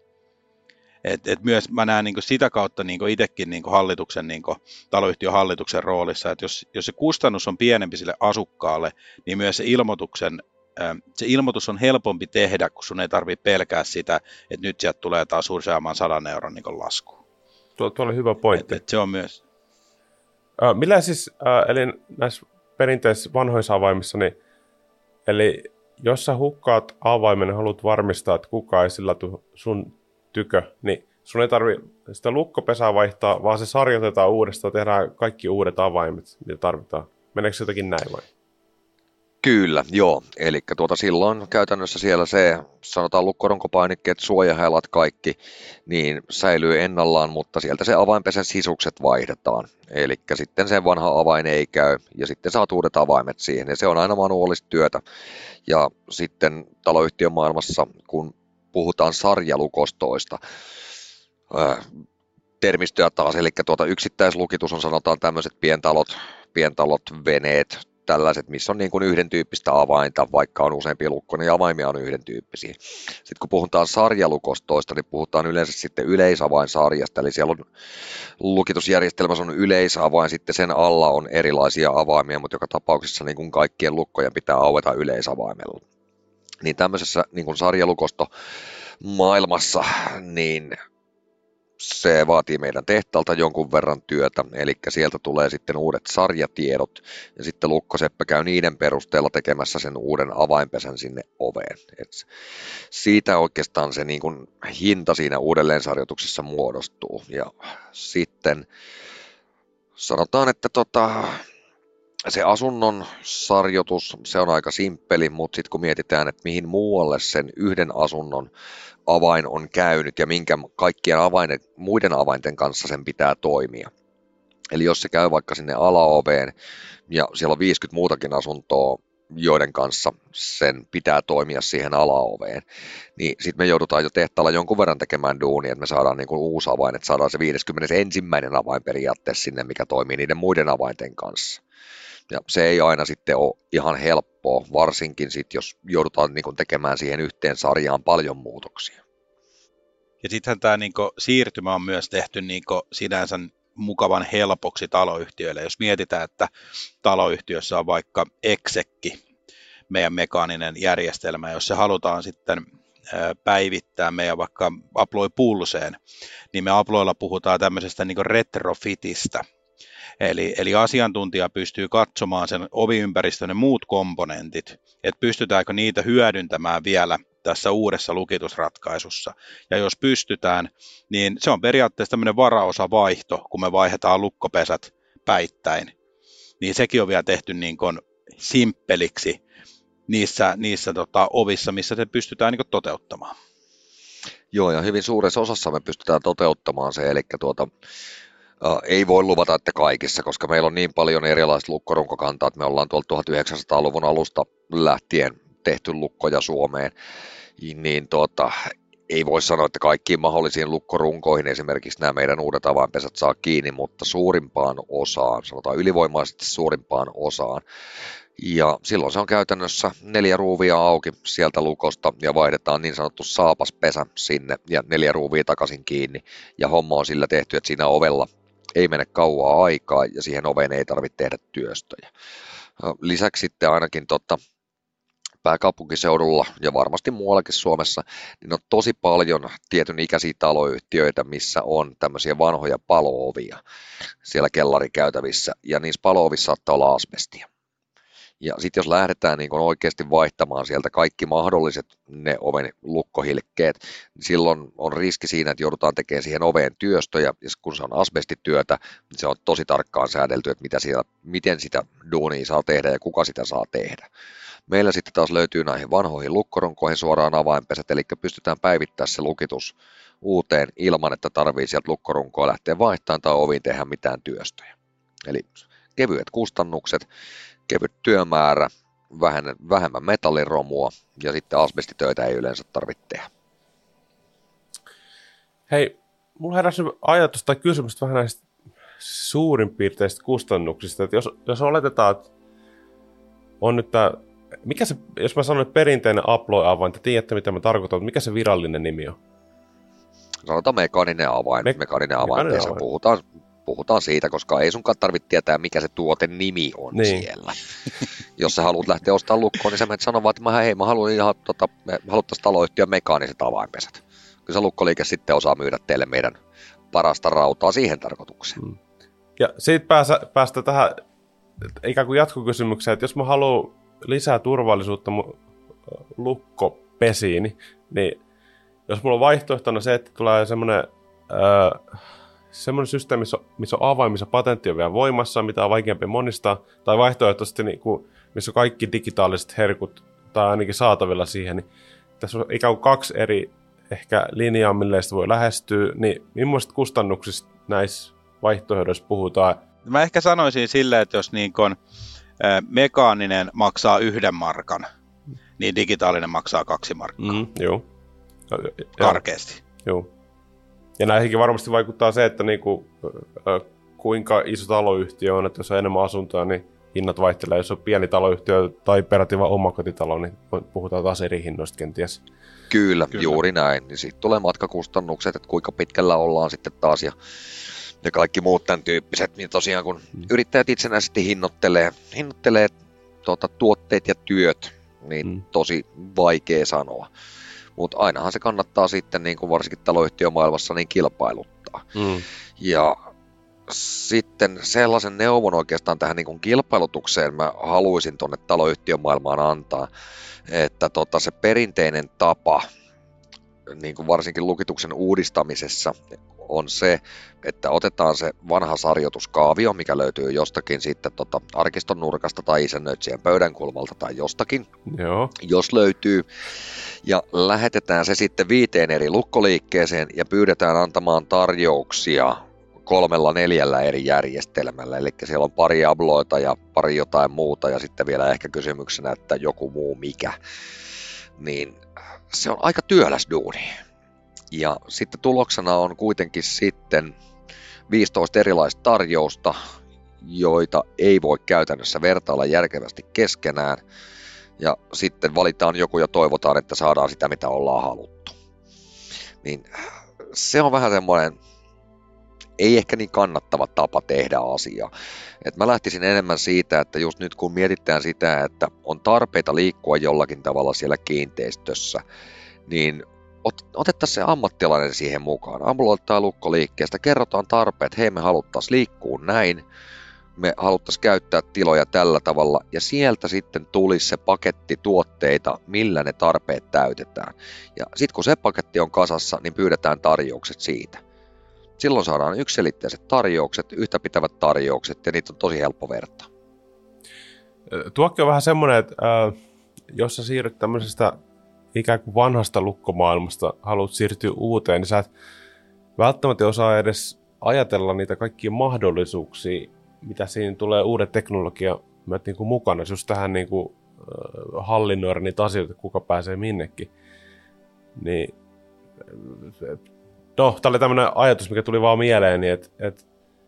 Et myös mä näen niinku sitä kautta niinku itsekin niinku hallituksen, niinku taloyhtiön hallituksen roolissa, että jos se kustannus on pienempi sille asukkaalle, niin myös se ilmoitus on helpompi tehdä, kun sun ei tarvitse pelkää sitä, että nyt sieltä tulee taas useamman 100 euron niinku lasku. Tuo oli hyvä pointti. Se on myös. Millä siis, eli näissä perinteisissä vanhoissa avaimissa, niin, eli jos sä hukkaat avaimen ja haluat varmistaa, että kukaan ei sillä sun tykö, niin sun ei tarvitse sitä lukkopesää vaihtaa, vaan se sarjoitetaan uudestaan, tehdään kaikki uudet avaimet, mitä tarvitaan. Meneekö se jotenkin näin vai? Kyllä, joo. Eli silloin käytännössä siellä se, sanotaan lukkorunkopainikkeet, suojahelat kaikki, niin säilyy ennallaan, mutta sieltä se avainpesän sisukset vaihdetaan. Eli sitten se vanha avain ei käy ja sitten saat uudet avaimet siihen ja se on aina manuaalista työtä. Ja sitten taloyhtiön maailmassa, kun puhutaan sarjalukostoista, termistöä taas, eli yksittäislukitus on sanotaan tämmöiset pientalot, veneet, tällaiset, missä on niin kuin yhden tyyppistä avainta, vaikka on useampia lukkoja, niin avaimia on yhden tyyppisiä. Sitten kun puhutaan sarjalukostoista, niin puhutaan yleensä sitten yleisavainsarjasta, eli siellä on lukitusjärjestelmässä on yleisavain, sitten sen alla on erilaisia avaimia, mutta joka tapauksessa niin kuin kaikkien lukkojen pitää aueta yleisavaimella. Niin tämmöisessä niin kuin sarjalukosto maailmassa, niin se vaatii meidän tehtaalta jonkun verran työtä, eli sieltä tulee sitten uudet sarjatiedot, ja sitten lukkoseppä käy niiden perusteella tekemässä sen uuden avainpesän sinne oveen. Et siitä oikeastaan se niin kuin hinta siinä uudelleensarjoituksessa muodostuu, ja sitten sanotaan, että se asunnon sarjoitus, se on aika simppeli, mutta sitten kun mietitään, että mihin muualle sen yhden asunnon avain on käynyt ja minkä kaikkien muiden avainten kanssa sen pitää toimia. Eli jos se käy vaikka sinne alaoveen ja siellä on 50 muutakin asuntoa, joiden kanssa sen pitää toimia siihen alaoveen, niin sitten me joudutaan jo tehtaalla jonkun verran tekemään duunia, että me saadaan niin kuin uusi avain, että saadaan se 51. avain periaatteessa sinne, mikä toimii niiden muiden avainten kanssa. Ja se ei aina sitten ole ihan helppoa, varsinkin sitten, jos joudutaan niin kuin tekemään siihen yhteen sarjaan paljon muutoksia. Ja sittenhän tämä niinku siirtymä on myös tehty niinku sinänsä mukavan helpoksi taloyhtiöille. Jos mietitään, että taloyhtiössä on vaikka exekki, meidän mekaaninen järjestelmä, jos se halutaan sitten päivittää meidän vaikka Aploy Pulseen, niin me Aploilla puhutaan tämmöisestä niin kuin retrofitistä. Eli asiantuntija pystyy katsomaan sen oviympäristön ja muut komponentit, että pystytäänkö niitä hyödyntämään vielä tässä uudessa lukitusratkaisussa. Ja jos pystytään, niin se on periaatteessa tämmöinen varaosavaihto, kun me vaihdetaan lukkopesät päittäin. Niin sekin on vielä tehty niin kuin simppeliksi niissä ovissa, missä se pystytään niin kuin toteuttamaan. Joo, ja hyvin suuressa osassa me pystytään toteuttamaan se, eli ei voi luvata, että kaikissa, koska meillä on niin paljon erilaista lukkorunkokantaa, että me ollaan tuolta 1900-luvun alusta lähtien tehty lukkoja Suomeen, niin ei voi sanoa, että kaikkiin mahdollisiin lukkorunkoihin esimerkiksi nämä meidän uudet avainpesät saa kiinni, mutta suurimpaan osaan, sanotaan ylivoimaisesti suurimpaan osaan. Ja silloin se on käytännössä 4 ruuvia auki sieltä lukosta ja vaihdetaan niin sanottu saapaspesä sinne ja 4 ruuvia takaisin kiinni. Ja homma on sillä tehty, että siinä ovella ei mene kauaa aikaa ja siihen oveen ei tarvitse tehdä työstöjä. Lisäksi sitten ainakin pääkaupunkiseudulla ja varmasti muuallakin Suomessa, niin on tosi paljon tietyn ikäisiä taloyhtiöitä, missä on tämmöisiä vanhoja palo-ovia siellä kellarikäytävissä, ja niissä palo-ovissa saattaa olla asbestia. Ja sitten jos lähdetään niin kun oikeasti vaihtamaan sieltä kaikki mahdolliset ne oven lukkohilkkeet, niin silloin on riski siinä, että joudutaan tekemään siihen oveen työstöjä, ja kun se on asbestityötä, niin se on tosi tarkkaan säädelty, että miten sitä duunia saa tehdä ja kuka sitä saa tehdä. Meillä sitten taas löytyy näihin vanhoihin lukkorunkoihin suoraan avainpesät, eli pystytään päivittämään se lukitus uuteen ilman, että tarvii sieltä lukkorunkoa lähteä vaihtamaan tai oviin tehdä mitään työstöjä. Eli kevyet kustannukset, kevyt työmäärä, vähemmän metalliromua ja sitten asbestitöitä ei yleensä tarvitse tehdä. Hei, mulla heräsi ajatus tai kysymys vähän näistä suurinpiirteistä kustannuksista, että jos oletetaan, että on nyt tämä, jos mä sanon, että perinteinen Aploy-avain, te tiedätte mitä mä tarkoitan, mutta mikä se virallinen nimi on? Sanotaan mekaaninen avain, avainpesä. Puhutaan siitä, koska ei sunkaan tarvitse tietää, mikä se tuoten nimi on siellä. Jos sä haluat lähteä ostamaan lukkoon, niin sä menet sanomaan, että mä haluan ihan, me haluttaisiin taloyhtiön mekaaniset avainpesät. Kyllä se lukkoliike sitten osaa myydä teille meidän parasta rautaa siihen tarkoitukseen. Ja siitä päästä tähän ikään kuin jatkokysymykseen, että jos mä haluan lisää turvallisuutta lukkopesiin, niin jos mulla on vaihtoehtona se, että tulee semmoinen systeemi, missä on avain, missä patentti on vielä voimassa, mitä on vaikeampi monistaa, tai vaihtoehtoisesti, missä on kaikki digitaaliset herkut, tai ainakin saatavilla siihen, niin tässä on ikään kuin 2 eri ehkä linjaa, millä sitä voi lähestyä, niin millaisista kustannuksista näissä vaihtoehdoissa puhutaan? Mä ehkä sanoisin silleen, että jos mekaaninen maksaa 1 markan, niin digitaalinen maksaa 2 markkaa. Joo. Karkeasti. Joo. Ja näihinkin varmasti vaikuttaa se, että kuinka iso taloyhtiö on, että jos on enemmän asuntoja, niin hinnat vaihtelee. Jos on pieni taloyhtiö tai peräti vain omakotitalo, niin puhutaan taas eri hinnoista kenties. Kyllä. Juuri näin. Niin sitten tulee matkakustannukset, että kuinka pitkällä ollaan sitten taas ja kaikki muut tämän tyyppiset. Niin tosiaan kun yrittäjät itsenäisesti hinnoittelee tuotteet ja työt, niin tosi vaikea sanoa. Mutta ainahan se kannattaa sitten, niin kuin varsinkin taloyhtiömaailmassa, niin kilpailuttaa. Ja sitten sellaisen neuvon oikeastaan tähän niin kuin kilpailutukseen mä haluaisin tuonne taloyhtiömaailmaan antaa, että se perinteinen tapa, niin kuin varsinkin lukituksen uudistamisessa, on se, että otetaan se vanha sarjoituskaavio, mikä löytyy jostakin sitten arkiston nurkasta tai isännöitsijän pöydän kulmalta tai jostakin, jos löytyy, ja lähetetään se sitten 5 eri lukkoliikkeeseen ja pyydetään antamaan tarjouksia 3-4 eri järjestelmällä, eli siellä on pari Abloita ja pari jotain muuta ja sitten vielä ehkä kysymyksenä, että joku muu mikä, niin se on aika työläs duuni. Ja sitten tuloksena on kuitenkin sitten 15 erilaista tarjousta, joita ei voi käytännössä vertailla järkevästi keskenään. Ja sitten valitaan joku ja toivotaan, että saadaan sitä, mitä ollaan haluttu. Niin se on vähän semmoinen, ei ehkä niin kannattava tapa tehdä asiaa. Et mä lähtisin enemmän siitä, että just nyt kun mietitään sitä, että on tarpeita liikkua jollakin tavalla siellä kiinteistössä, niin otettaisiin se ammattilainen siihen mukaan. Ambulointi tai lukkoliikkeestä kerrotaan tarpeet, hei me haluttaisiin liikkua näin, me haluttaisiin käyttää tiloja tällä tavalla, ja sieltä sitten tulisi se paketti tuotteita, millä ne tarpeet täytetään. Ja sitten kun se paketti on kasassa, niin pyydetään tarjoukset siitä. Silloin saadaan yksiselitteiset tarjoukset, yhtäpitävät tarjoukset, ja niitä on tosi helppo vertaa. Tuokki on vähän semmoinen, että jos sä siirryt tämmöisestä ikään kuin vanhasta lukkomaailmasta, haluat siirtyä uuteen, niin sä et välttämättä osaa edes ajatella niitä kaikkia mahdollisuuksia, mitä siinä tulee uuden teknologian niin kuin mukana, just tähän niin kuin, hallinnoida niitä asioita, kuka pääsee minnekin. Niin, no, tämä oli tämmöinen ajatus, mikä tuli vaan mieleeni, että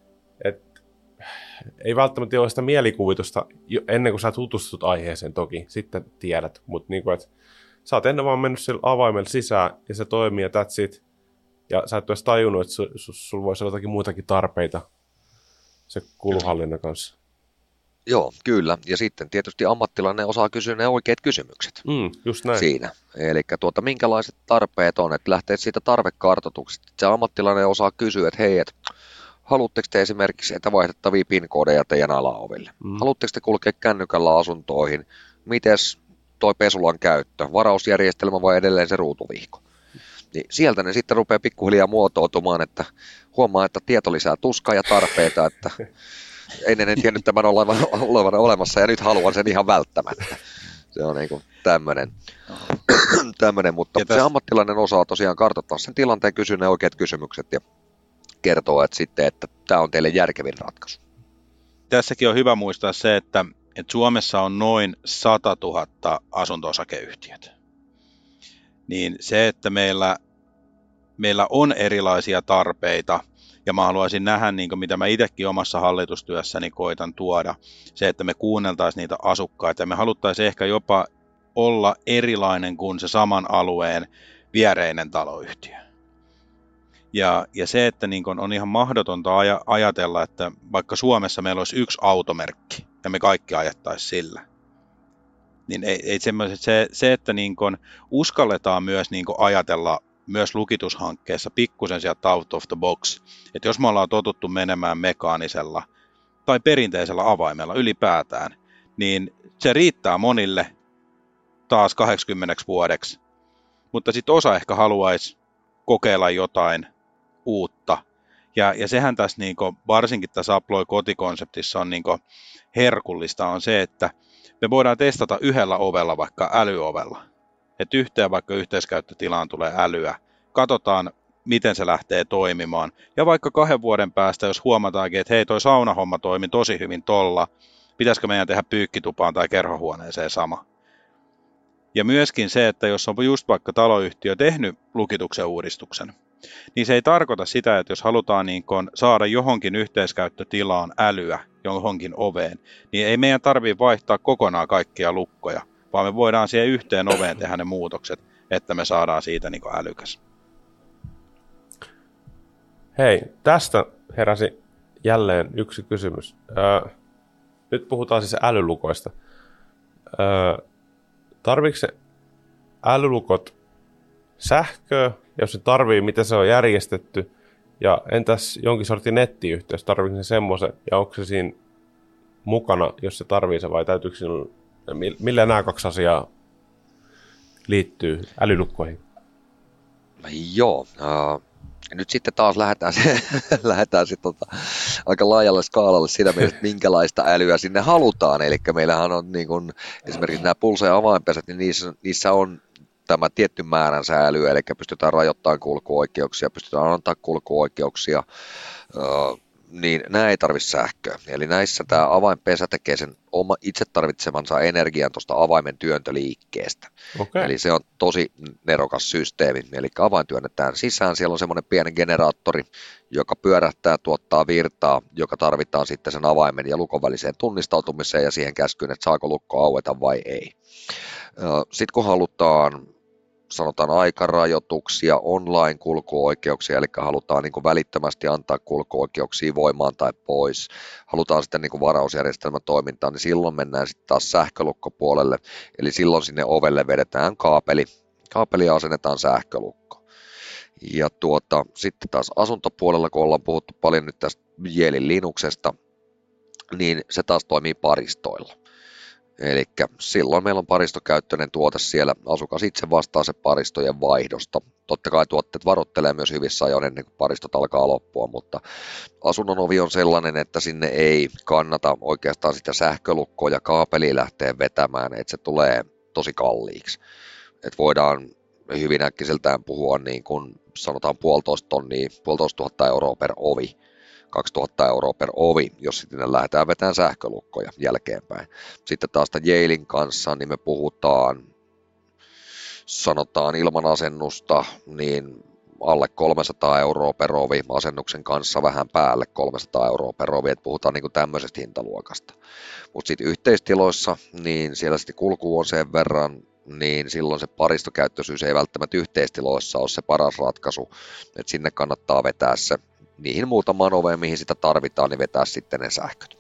ei välttämättä ole sitä mielikuvitusta ennen kuin sä tutustut aiheeseen toki, sitten tiedät, mutta niin kuin, että sä oot ennen vaan mennyt sillä avaimella sisään ja se toimii ja that's it. Ja sä et ole edes tajunnut, että sulla voisi olla jotakin muitakin tarpeita se kuluhallinnan kanssa. Joo, kyllä. Ja sitten tietysti ammattilainen osaa kysyä ne oikeat kysymykset. Just näin. Siinä. Eli minkälaiset tarpeet on, että lähtee siitä tarvekartoituksesta. Se ammattilainen osaa kysyä, että hei, haluatteko te esimerkiksi etävaihdettavia PIN-koodeja teidän alaoville? Haluatteko te kulkea kännykällä asuntoihin? Mites toi pesulan käyttö? Varausjärjestelmä vai edelleen se ruutuvihko? Niin sieltä ne sitten rupeaa pikkuhiljaa muotoutumaan, että huomaa, että tieto lisää tuskaa ja tarpeita, että ennen en tiennyt tämän olevan olemassa ja nyt haluan sen ihan välttämättä. Se on niin kuin tämmöinen, mutta se ammattilainen osaa tosiaan kartoittaa sen tilanteen, kysyä ne oikeat kysymykset ja kertoo, että tämä on teille järkevin ratkaisu. Tässäkin on hyvä muistaa se, että Suomessa on noin 100 000 asunto-osakeyhtiötä. Niin se, että meillä on erilaisia tarpeita, ja mä haluaisin nähdä, niin kuin mitä mä itsekin omassa hallitustyössäni koitan tuoda, se, että me kuunneltaisiin niitä asukkaita, ja me haluttaisiin ehkä jopa olla erilainen kuin se saman alueen viereinen taloyhtiö. Ja se, että niin kuin on ihan mahdotonta ajatella, että vaikka Suomessa meillä olisi yksi automerkki, ja me kaikki ajettaisiin sillä, niin ei se, että niin kuin uskalletaan myös niin kuin ajatella myös lukitushankkeessa pikkusen sieltä out of the box, että jos me ollaan totuttu menemään mekaanisella tai perinteisellä avaimella ylipäätään, niin se riittää monille taas 80 vuodeksi, mutta sitten osa ehkä haluaisi kokeilla jotain uutta, ja sehän tässä niin kuin, varsinkin tässä Aploy-kotikonseptissa on niin kuin herkullista on se, että me voidaan testata yhdellä ovella, vaikka älyovella. Että yhteen vaikka yhteiskäyttötilaan tulee älyä. Katsotaan, miten se lähtee toimimaan. Ja vaikka 2 vuoden päästä, jos huomataankin, että hei, toi saunahomma toimi tosi hyvin tolla, pitäisikö meidän tehdä pyykkitupaan tai kerhohuoneeseen sama. Ja myöskin se, että jos on just vaikka taloyhtiö tehnyt lukituksen uudistuksen, niin se ei tarkoita sitä, että jos halutaan niin kun saada johonkin yhteiskäyttötilaan älyä johonkin oveen, niin ei meidän tarvitse vaihtaa kokonaan kaikkia lukkoja, vaan me voidaan siihen yhteen oveen tehdä ne muutokset, että me saadaan siitä niin kun älykäs. Hei, tästä heräsi jälleen yksi kysymys. Nyt puhutaan siis älylukoista. Tarviiko se älylukot sähköä, jos se tarvii, miten se on järjestetty, ja entäs jonkin sortin nettiyhteys, tarviiko se semmoisen, ja onko se siinä mukana, jos se tarvii se, vai täytyykö sinun, millä nämä 2 asiaa liittyy älylukkoihin? Joo, nyt sitten taas lähdetään aika laajalle skaalalle siinä mielessä, että minkälaista älyä sinne halutaan. Eli meillähän on niin kuin, esimerkiksi nämä pulse- ja avainpesät, niin niissä on tämä tietty määränsä älyä, eli pystytään rajoittamaan kulkuoikeuksia, pystytään antaa kulkuoikeuksia, niin nämä ei tarvitse sähköä. Eli näissä tämä avainpesä tekee sen itse tarvitsemansa energian tuosta avaimen työntöliikkeestä. Okay. Eli se on tosi nerokas systeemi. Eli avain työnnetään sisään, siellä on semmoinen pieni generaattori, joka pyörähtää, tuottaa virtaa, joka tarvitaan sitten sen avaimen ja lukon väliseen tunnistautumiseen ja siihen käskyyn, että saako lukko aueta vai ei. Sitten kun halutaan sanotaan aikarajoituksia, online-kulkuoikeuksia, eli halutaan niin kuin välittömästi antaa kulkuoikeuksia voimaan tai pois, halutaan sitten niin kuin varausjärjestelmän toimintaa, niin silloin mennään sitten taas sähkölukkopuolelle, eli silloin sinne ovelle vedetään kaapeli ja asennetaan sähkölukko. Ja sitten taas asuntopuolella, kun ollaan puhuttu paljon nyt tästä Yelin Linuxesta, niin se taas toimii paristoilla. Eli silloin meillä on paristokäyttöinen tuote siellä, asukas itse vastaa se paristojen vaihdosta. Totta kai tuotteet varoittelee myös hyvissä ajoin ennen kuin paristot alkaa loppua, mutta asunnon ovi on sellainen, että sinne ei kannata oikeastaan sitä sähkölukkoa ja kaapelia lähteä vetämään, että se tulee tosi kalliiksi. Että voidaan hyvin äkkiseltään puhua niin kuin sanotaan 1,5 tuhatta euroa per ovi. 2 000 € per ovi, jos sitten lähdetään vetämään sähkölukkoja jälkeenpäin. Sitten taas Yelin kanssa, niin me puhutaan, sanotaan ilman asennusta, niin alle 300 € per ovi, asennuksen kanssa vähän päälle 300 € per ovi, että puhutaan niin kuin tämmöisestä hintaluokasta. Mutta sitten yhteistiloissa, niin siellä sitten kulku on sen verran, niin silloin se paristokäyttöisyys ei välttämättä yhteistiloissa ole se paras ratkaisu, että sinne kannattaa vetää se niihin muutamaan oveen, mihin sitä tarvitaan, niin vetää sitten ne sähköt.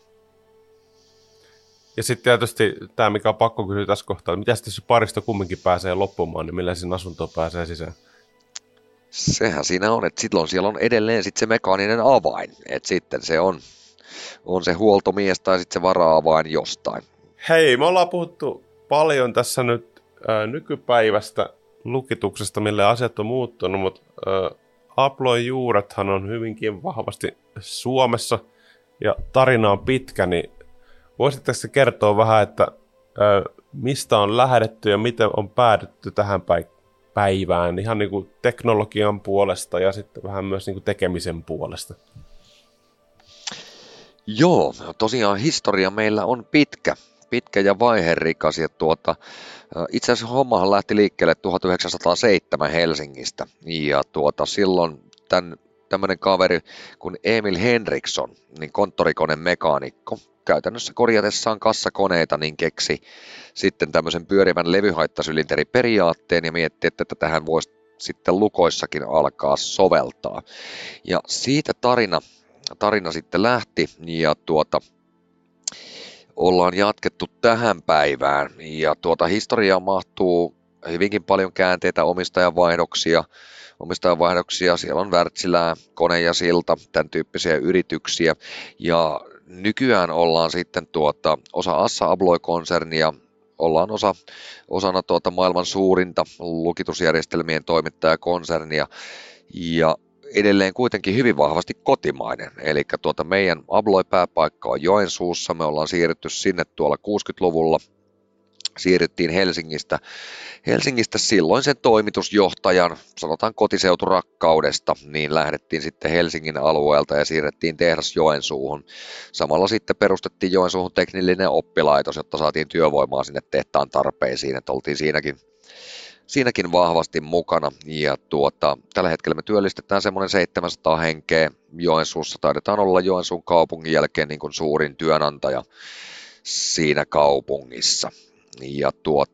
Ja sitten tietysti tämä, mikä on pakko kysyä tässä kohtaa, mitä sitten se paristo kumminkin pääsee loppumaan, niin millä siinä asuntoon pääsee sisään? Sehän siinä on, että silloin siellä on edelleen sitten se mekaaninen avain, että sitten se on se huoltomies tai sitten se vara-avain jostain. Hei, me ollaan puhuttu paljon tässä nyt nykypäivästä lukituksesta, millä asiat on muuttunut, mutta Abloyn juurethan on hyvinkin vahvasti Suomessa ja tarina on pitkä, niin voisitteko se kertoa vähän, että mistä on lähdetty ja miten on päädytty tähän päivään ihan niin kuin teknologian puolesta ja sitten vähän myös niin kuin tekemisen puolesta? Joo, tosiaan historia meillä on pitkä ja vaiherikas. Ja itse asiassa hommahan lähti liikkeelle 1907 Helsingistä. Ja silloin tämmöinen kaveri kuin Emil Henriksson, niin konttorikonemekaanikko, käytännössä korjatessaan kassakoneita, niin keksi sitten tämmöisen pyörivän levyhaittasylinteriperiaatteen ja mietti, että tähän voisi sitten lukoissakin alkaa soveltaa. Ja siitä tarina sitten lähti ja ollaan jatkettu tähän päivään ja historiaan mahtuu hyvinkin paljon käänteitä, omistajanvaihdoksia. Siellä on Wärtsilää, Kone ja Silta, tämän tyyppisiä yrityksiä ja nykyään ollaan sitten osa Assa Abloy-konsernia, ollaan osana maailman suurinta lukitusjärjestelmien toimittajakonsernia ja edelleen kuitenkin hyvin vahvasti kotimainen. Eli meidän Abloy-pääpaikka on Joensuussa, me ollaan siirrytty sinne tuolla 60-luvulla, siirryttiin Helsingistä silloin sen toimitusjohtajan, sanotaan kotiseuturakkaudesta, niin lähdettiin sitten Helsingin alueelta ja siirrettiin tehdas Joensuuhun. Samalla sitten perustettiin Joensuuhun teknillinen oppilaitos, jotta saatiin työvoimaa sinne tehtaan tarpeisiin, että oltiin siinäkin vahvasti mukana ja tällä hetkellä me työllistetään semmoinen 700 henkeä Joensuussa. Taidetaan olla Joensuun kaupungin jälkeen niin kuin suurin työnantaja siinä kaupungissa. Ja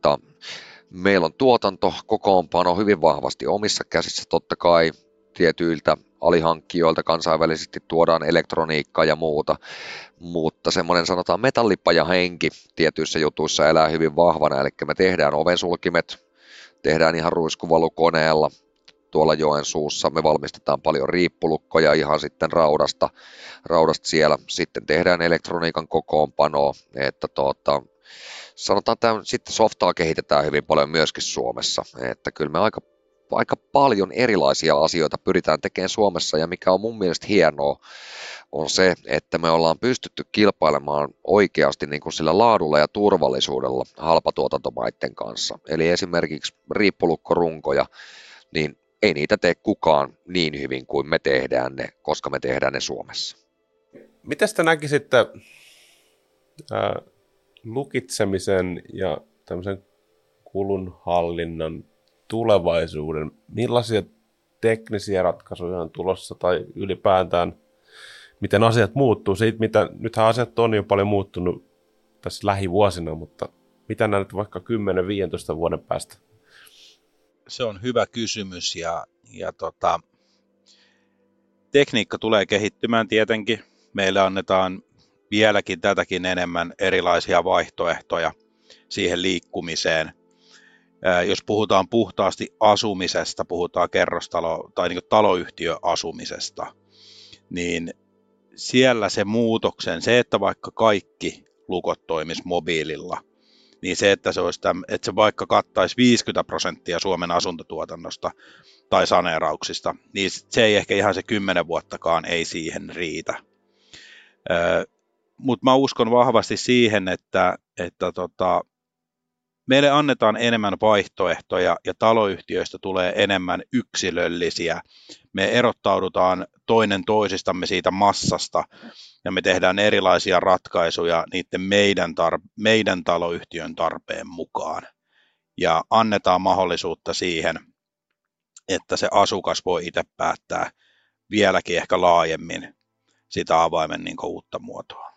meillä on tuotantokokoonpano hyvin vahvasti omissa käsissä, totta kai tietyiltä alihankkijoilta kansainvälisesti tuodaan elektroniikkaa ja muuta, mutta semmoinen sanotaan metallipajahenki tietyissä jutuissa elää hyvin vahvana, eli me tehdään ovensulkimet, tehdään ihan ruiskuvalukoneella tuolla Joensuussa, me valmistetaan paljon riippulukkoja ihan sitten raudasta siellä, sitten tehdään elektroniikan kokoonpanoa, että sanotaan, että sitten softaa kehitetään hyvin paljon myöskin Suomessa, että kyllä me aika paljon erilaisia asioita pyritään tekemään Suomessa ja mikä on mun mielestä hienoa on se, että me ollaan pystytty kilpailemaan oikeasti niin kuin sillä laadulla ja turvallisuudella halpatuotantomaiden kanssa. Eli esimerkiksi riippulukkorunkoja, niin ei niitä tee kukaan niin hyvin kuin me tehdään ne, koska me tehdään ne Suomessa. Miten te näkisitte lukitsemisen ja tämmöisen kulunhallinnan tulevaisuuden? Millaisia teknisiä ratkaisuja on tulossa tai ylipäätään miten asiat muuttuu? Siitä, nythän asiat on jo paljon muuttunut tässä lähivuosina, mutta mitä näet vaikka 10-15 vuoden päästä? se on hyvä kysymys ja tekniikka tulee kehittymään tietenkin. Meille annetaan vieläkin tätäkin enemmän erilaisia vaihtoehtoja siihen liikkumiseen. Jos puhutaan puhtaasti asumisesta, puhutaan kerrostalo- tai niin kuin taloyhtiöasumisesta, niin siellä se muutoksen, se että vaikka kaikki lukot toimis mobiililla, niin se, että se vaikka kattaisi 50% Suomen asuntotuotannosta tai saneerauksista, niin se ei ehkä ihan se 10 vuottakaan ei siihen riitä. Mutta mä uskon vahvasti siihen, että meille annetaan enemmän vaihtoehtoja ja taloyhtiöistä tulee enemmän yksilöllisiä. Me erottaudutaan toinen toisistamme siitä massasta ja me tehdään erilaisia ratkaisuja niiden meidän taloyhtiön tarpeen mukaan. Ja annetaan mahdollisuutta siihen, että se asukas voi itse päättää vieläkin ehkä laajemmin sitä avaimen niin kuin uutta muotoa.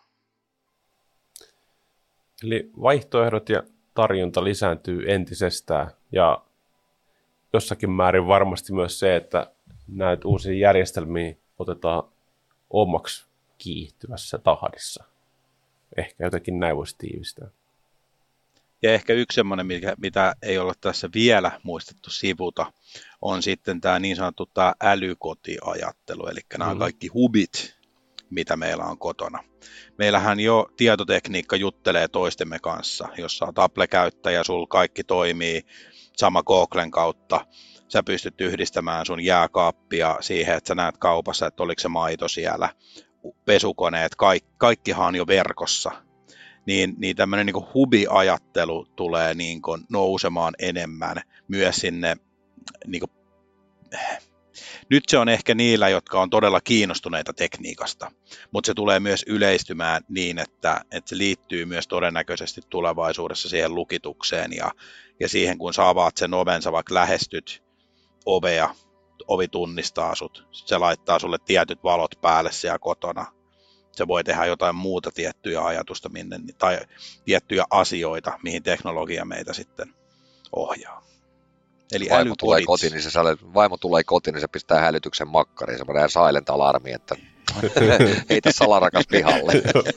Eli vaihtoehdot ja tarjonta lisääntyy entisestään ja jossakin määrin varmasti myös se, että näitä uusia järjestelmiä otetaan omaksi kiihtyvässä tahdissa. Ehkä jotenkin näin voisi tiivistää. Ja ehkä yksi semmoinen, mitä ei olla tässä vielä muistettu sivuta, on sitten tämä niin sanottu tämä älykotiajattelu, eli nämä on kaikki hubit, mitä meillä on kotona. Meillähän jo tietotekniikka juttelee toistemme kanssa. Jos sä oot Apple-käyttäjä, sul kaikki toimii sama Googlen kautta. Sä pystyt yhdistämään sun jääkaappia siihen, että sä näet kaupassa, että oliko se maito siellä. Pesukoneet, kaikkihan on jo verkossa. Niin tämmöinen niin kuin hubi-ajattelu tulee niin kuin nousemaan enemmän myös sinne niin kuin nyt se on ehkä niillä, jotka on todella kiinnostuneita tekniikasta, mutta se tulee myös yleistymään niin, että se liittyy myös todennäköisesti tulevaisuudessa siihen lukitukseen ja siihen, kun sä avaat sen oven, sä vaikka lähestyt ovea, ovi tunnistaa sut, se laittaa sulle tietyt valot päälle siellä kotona. Se voi tehdä jotain muuta tiettyjä ajatusta tai tiettyjä asioita, mihin teknologia meitä sitten ohjaa. Eli vaimo tulee kotiin, niin se pistää hälytyksen makkariin, semmoinen silent alarmi, että heitä salarakas pihalle.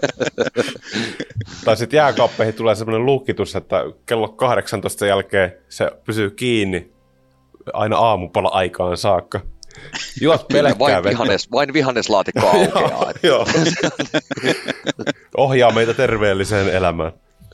Tai sitten jääkaappeihin tulee semmoinen lukitus, että kello 18 jälkeen se pysyy kiinni aina aamupala aikaan saakka. Juot pelkkää vain vihanneslaatikko aukeaa. Joo. Ohjaa meitä terveelliseen elämään.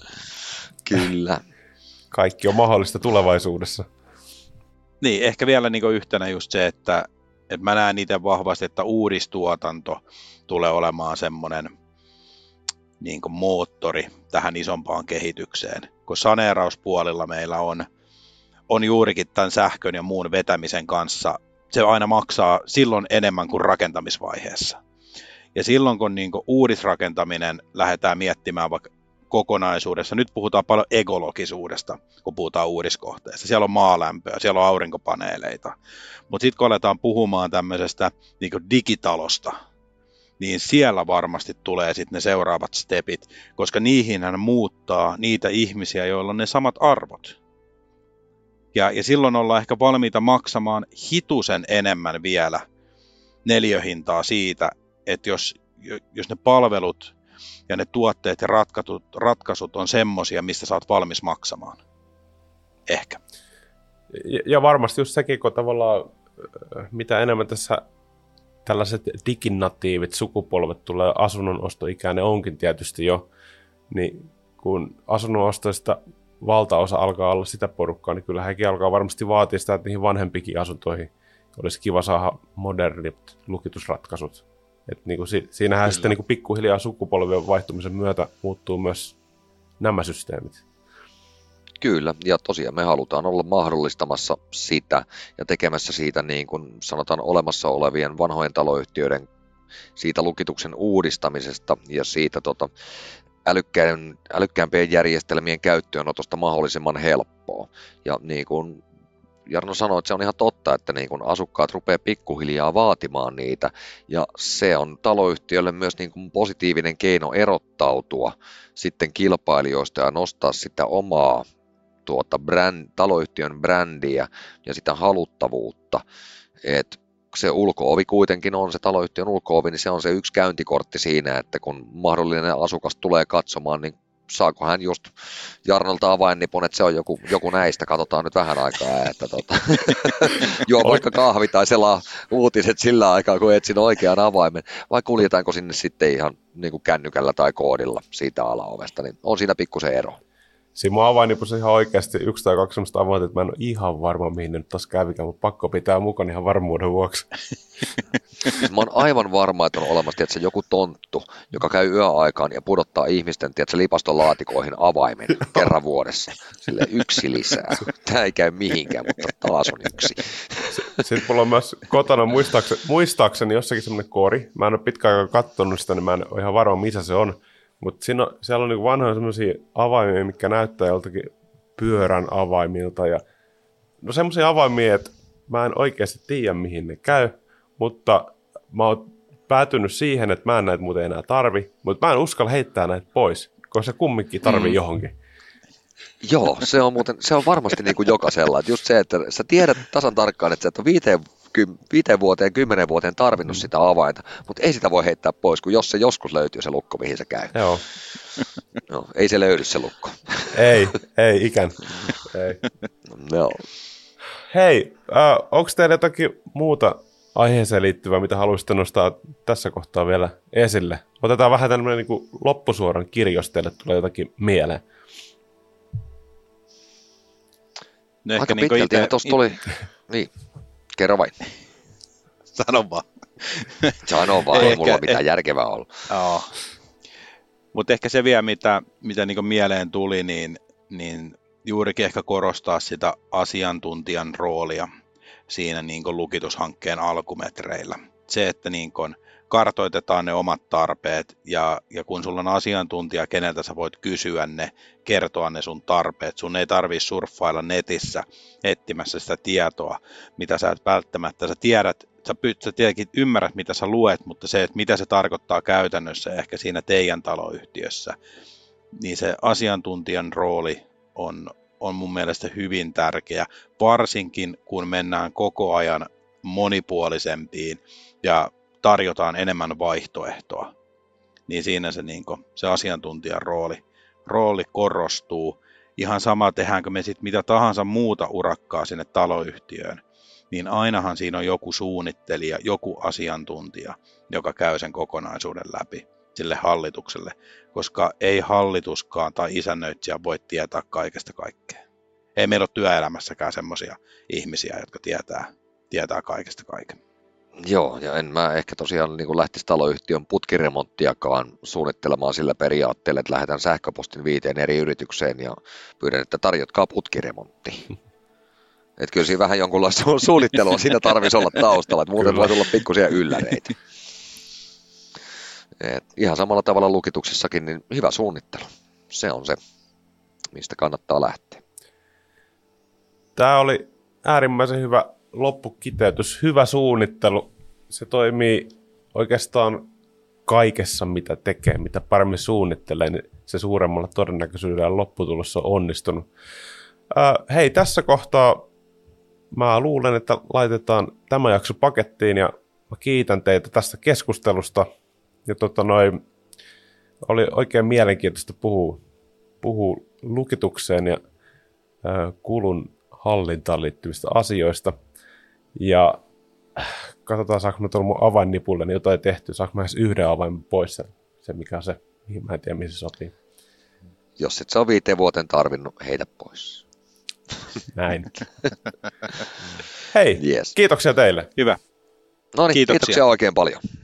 Kyllä. Kaikki on mahdollista tulevaisuudessa. Niin, ehkä vielä niin kuin yhtenä just se, että mä näen itse vahvasti, että uudistuotanto tulee olemaan semmoinen niin kuin moottori tähän isompaan kehitykseen. Kun saneerauspuolilla meillä on juurikin tämän sähkön ja muun vetämisen kanssa, se aina maksaa silloin enemmän kuin rakentamisvaiheessa. Ja silloin kun niin kuin uudisrakentaminen lähdetään miettimään vaikka kokonaisuudessa. Nyt puhutaan paljon ekologisuudesta, kun puhutaan uudiskohteesta. Siellä on maalämpöä, siellä on aurinkopaneeleita. Mutta sitten kun aletaan puhumaan tämmöisestä niin kuin digitalosta, niin siellä varmasti tulee sitten ne seuraavat stepit, koska niihinhän muuttaa niitä ihmisiä, joilla on ne samat arvot. Ja silloin ollaan ehkä valmiita maksamaan hitusen enemmän vielä neliöhintaa siitä, että jos ne palvelut ja ne tuotteet ja ratkaisut on semmosia, mistä sä oot valmis maksamaan. Ehkä. Ja varmasti just sekin, kun tavallaan mitä enemmän tässä tällaiset diginatiivit sukupolvet tulee asunnonostoikään, ne onkin tietysti jo, niin kun asunnonostoista valtaosa alkaa olla sitä porukkaa, niin kyllä hekin alkaa varmasti vaatia sitä, että niihin vanhempikin asuntoihin olisi kiva saada modernit lukitusratkaisut. Että niin siinähän kyllä. Sitten niin pikkuhiljaa sukupolvien vaihtumisen myötä muuttuu myös nämä systeemit. Kyllä, ja tosiaan me halutaan olla mahdollistamassa sitä ja tekemässä siitä niin kuin sanotaan olemassa olevien vanhojen taloyhtiöiden siitä lukituksen uudistamisesta ja siitä älykkäämpien järjestelmien käyttöönotosta mahdollisimman helppoa. Ja niin kuin Jarno sanoi, että se on ihan totta, että niin kun asukkaat rupeaa pikkuhiljaa vaatimaan niitä, ja se on taloyhtiölle myös niin kun positiivinen keino erottautua sitten kilpailijoista ja nostaa sitä omaa taloyhtiön brändiä ja sitä haluttavuutta, että se ulko-ovi kuitenkin on se taloyhtiön ulko-ovi, niin se on se yksi käyntikortti siinä, että kun mahdollinen asukas tulee katsomaan, niin saako hän just Jarnolta avainnipun, että se on joku näistä, katsotaan nyt vähän aikaa, että juo vaikka kahvi tai selaa uutiset sillä aikaa, kun etsin oikean avaimen, vai kuljetaanko sinne sitten ihan niin kuin kännykällä tai koodilla siitä alaovesta, niin on siinä pikkusen ero. Siinä mun avainnipussa ihan oikeasti 1 tai 2 sellaista avointa, että mä en ole ihan varma, mihin ne nyt taas kävikään, mutta pakko pitää mukaan ihan varmuuden vuoksi. Siis mä oon aivan varma, että on olemassa joku tonttu, joka käy yöaikaan ja pudottaa ihmisten lipastolaatikoihin avaimen kerran vuodessa. Sille yksi lisää. Tämä ei käy mihinkään, mutta taas on yksi. Sitten mulla on myös kotona muistaakseni jossakin semmoinen koori. Mä en ole pitkään aikaa katsonut sitä, niin mä en ole ihan varma, missä se on. Mutta siellä on niinku vanhoja semmoisia avaimia, mitkä näyttää joltakin pyörän avaimilta. Ja no semmoisia avaimia, että mä en oikeasti tiedä, mihin ne käy. Mutta mä oon päätynyt siihen, että mä en näitä muuten enää tarvi. Mutta mä en uskalla heittää näitä pois, koska se kumminkin tarvii johonkin. Joo, se on varmasti niin kuin jokaisella. Että just se, että sä tiedät tasan tarkkaan, että sä et ole 5 vuoteen, 10 vuoteen tarvinnut sitä avainta, mutta ei sitä voi heittää pois, kun jos se joskus löytyy se lukko, mihin se käy. Joo. No, ei se löydy se lukko. Ei ikään. Ei. No. Hei, onko teillä jotakin muuta aiheeseen liittyvää, mitä haluaisitte nostaa tässä kohtaa vielä esille? Otetaan vähän tämmöinen niin kuin loppusuoran kirjos, teille tulee jotakin mieleen. No aika niin pitkälti tuossa tuli, niin, kerro vain. Sano vaan, ei mulla mitään järkevää ollut. Joo. Mutta ehkä se vielä, mitä niin mieleen tuli, niin juurikin ehkä korostaa sitä asiantuntijan roolia siinä niin lukitushankkeen alkumetreillä. Se, että niin kartoitetaan ne omat tarpeet ja kun sulla on asiantuntija, keneltä sä voit kysyä ne, kertoa ne sun tarpeet. Sun ei tarvitse surffailla netissä etsimässä sitä tietoa, mitä sä et välttämättä. Sä tietenkin ymmärrät, mitä sä luet, mutta se, että mitä se tarkoittaa käytännössä ehkä siinä teidän taloyhtiössä, niin se asiantuntijan rooli on mun mielestä hyvin tärkeä, varsinkin kun mennään koko ajan monipuolisempiin ja tarjotaan enemmän vaihtoehtoa, niin siinä se asiantuntijan rooli korostuu. Ihan sama, tehdäänkö me sitten mitä tahansa muuta urakkaa sinne taloyhtiöön, niin ainahan siinä on joku suunnittelija, joku asiantuntija, joka käy sen kokonaisuuden läpi sille hallitukselle, koska ei hallituskaan tai isännöitsijä voi tietää kaikesta kaikkea. Ei meillä ole työelämässäkään semmoisia ihmisiä, jotka tietää kaikesta kaiken. Joo, ja en mä ehkä tosiaan niin lähtisi taloyhtiön putkiremonttiakaan suunnittelemaan sillä periaatteella, että lähetän sähköpostin 5 eri yritykseen ja pyydän, että tarjotkaa putkiremontti. Että kyllä siinä vähän jonkunlaista suunnittelua siinä tarvitsisi olla taustalla, että muuten voi tulla pikkuisia ylläreitä. Et ihan samalla tavalla lukituksessakin, niin hyvä suunnittelu. Se on se, mistä kannattaa lähteä. Tämä oli äärimmäisen hyvä loppukiteytys. Hyvä suunnittelu. Se toimii oikeastaan kaikessa, mitä tekee. Mitä paremmin suunnittelee, niin se suuremmalla todennäköisyydellä lopputulossa on onnistunut. Hei, tässä kohtaa mä luulen, että laitetaan tämä jakso pakettiin ja mä kiitän teitä tästä keskustelusta. Ja oli oikein mielenkiintoista puhua lukitukseen ja kulun hallintaan liittyvistä asioista. Ja katsotaan, saanko mä tuolla mun avainnipulle niin jotain tehty. Saanko mä edes yhden avaimen pois se mikä on se, mihin mä en tiedä, missä se sopii. Jos et sä ole 5 vuoteen tarvinnut, heitä pois. Näin. Hei, yes. Kiitoksia teille. Hyvä. No niin, kiitoksia oikein paljon.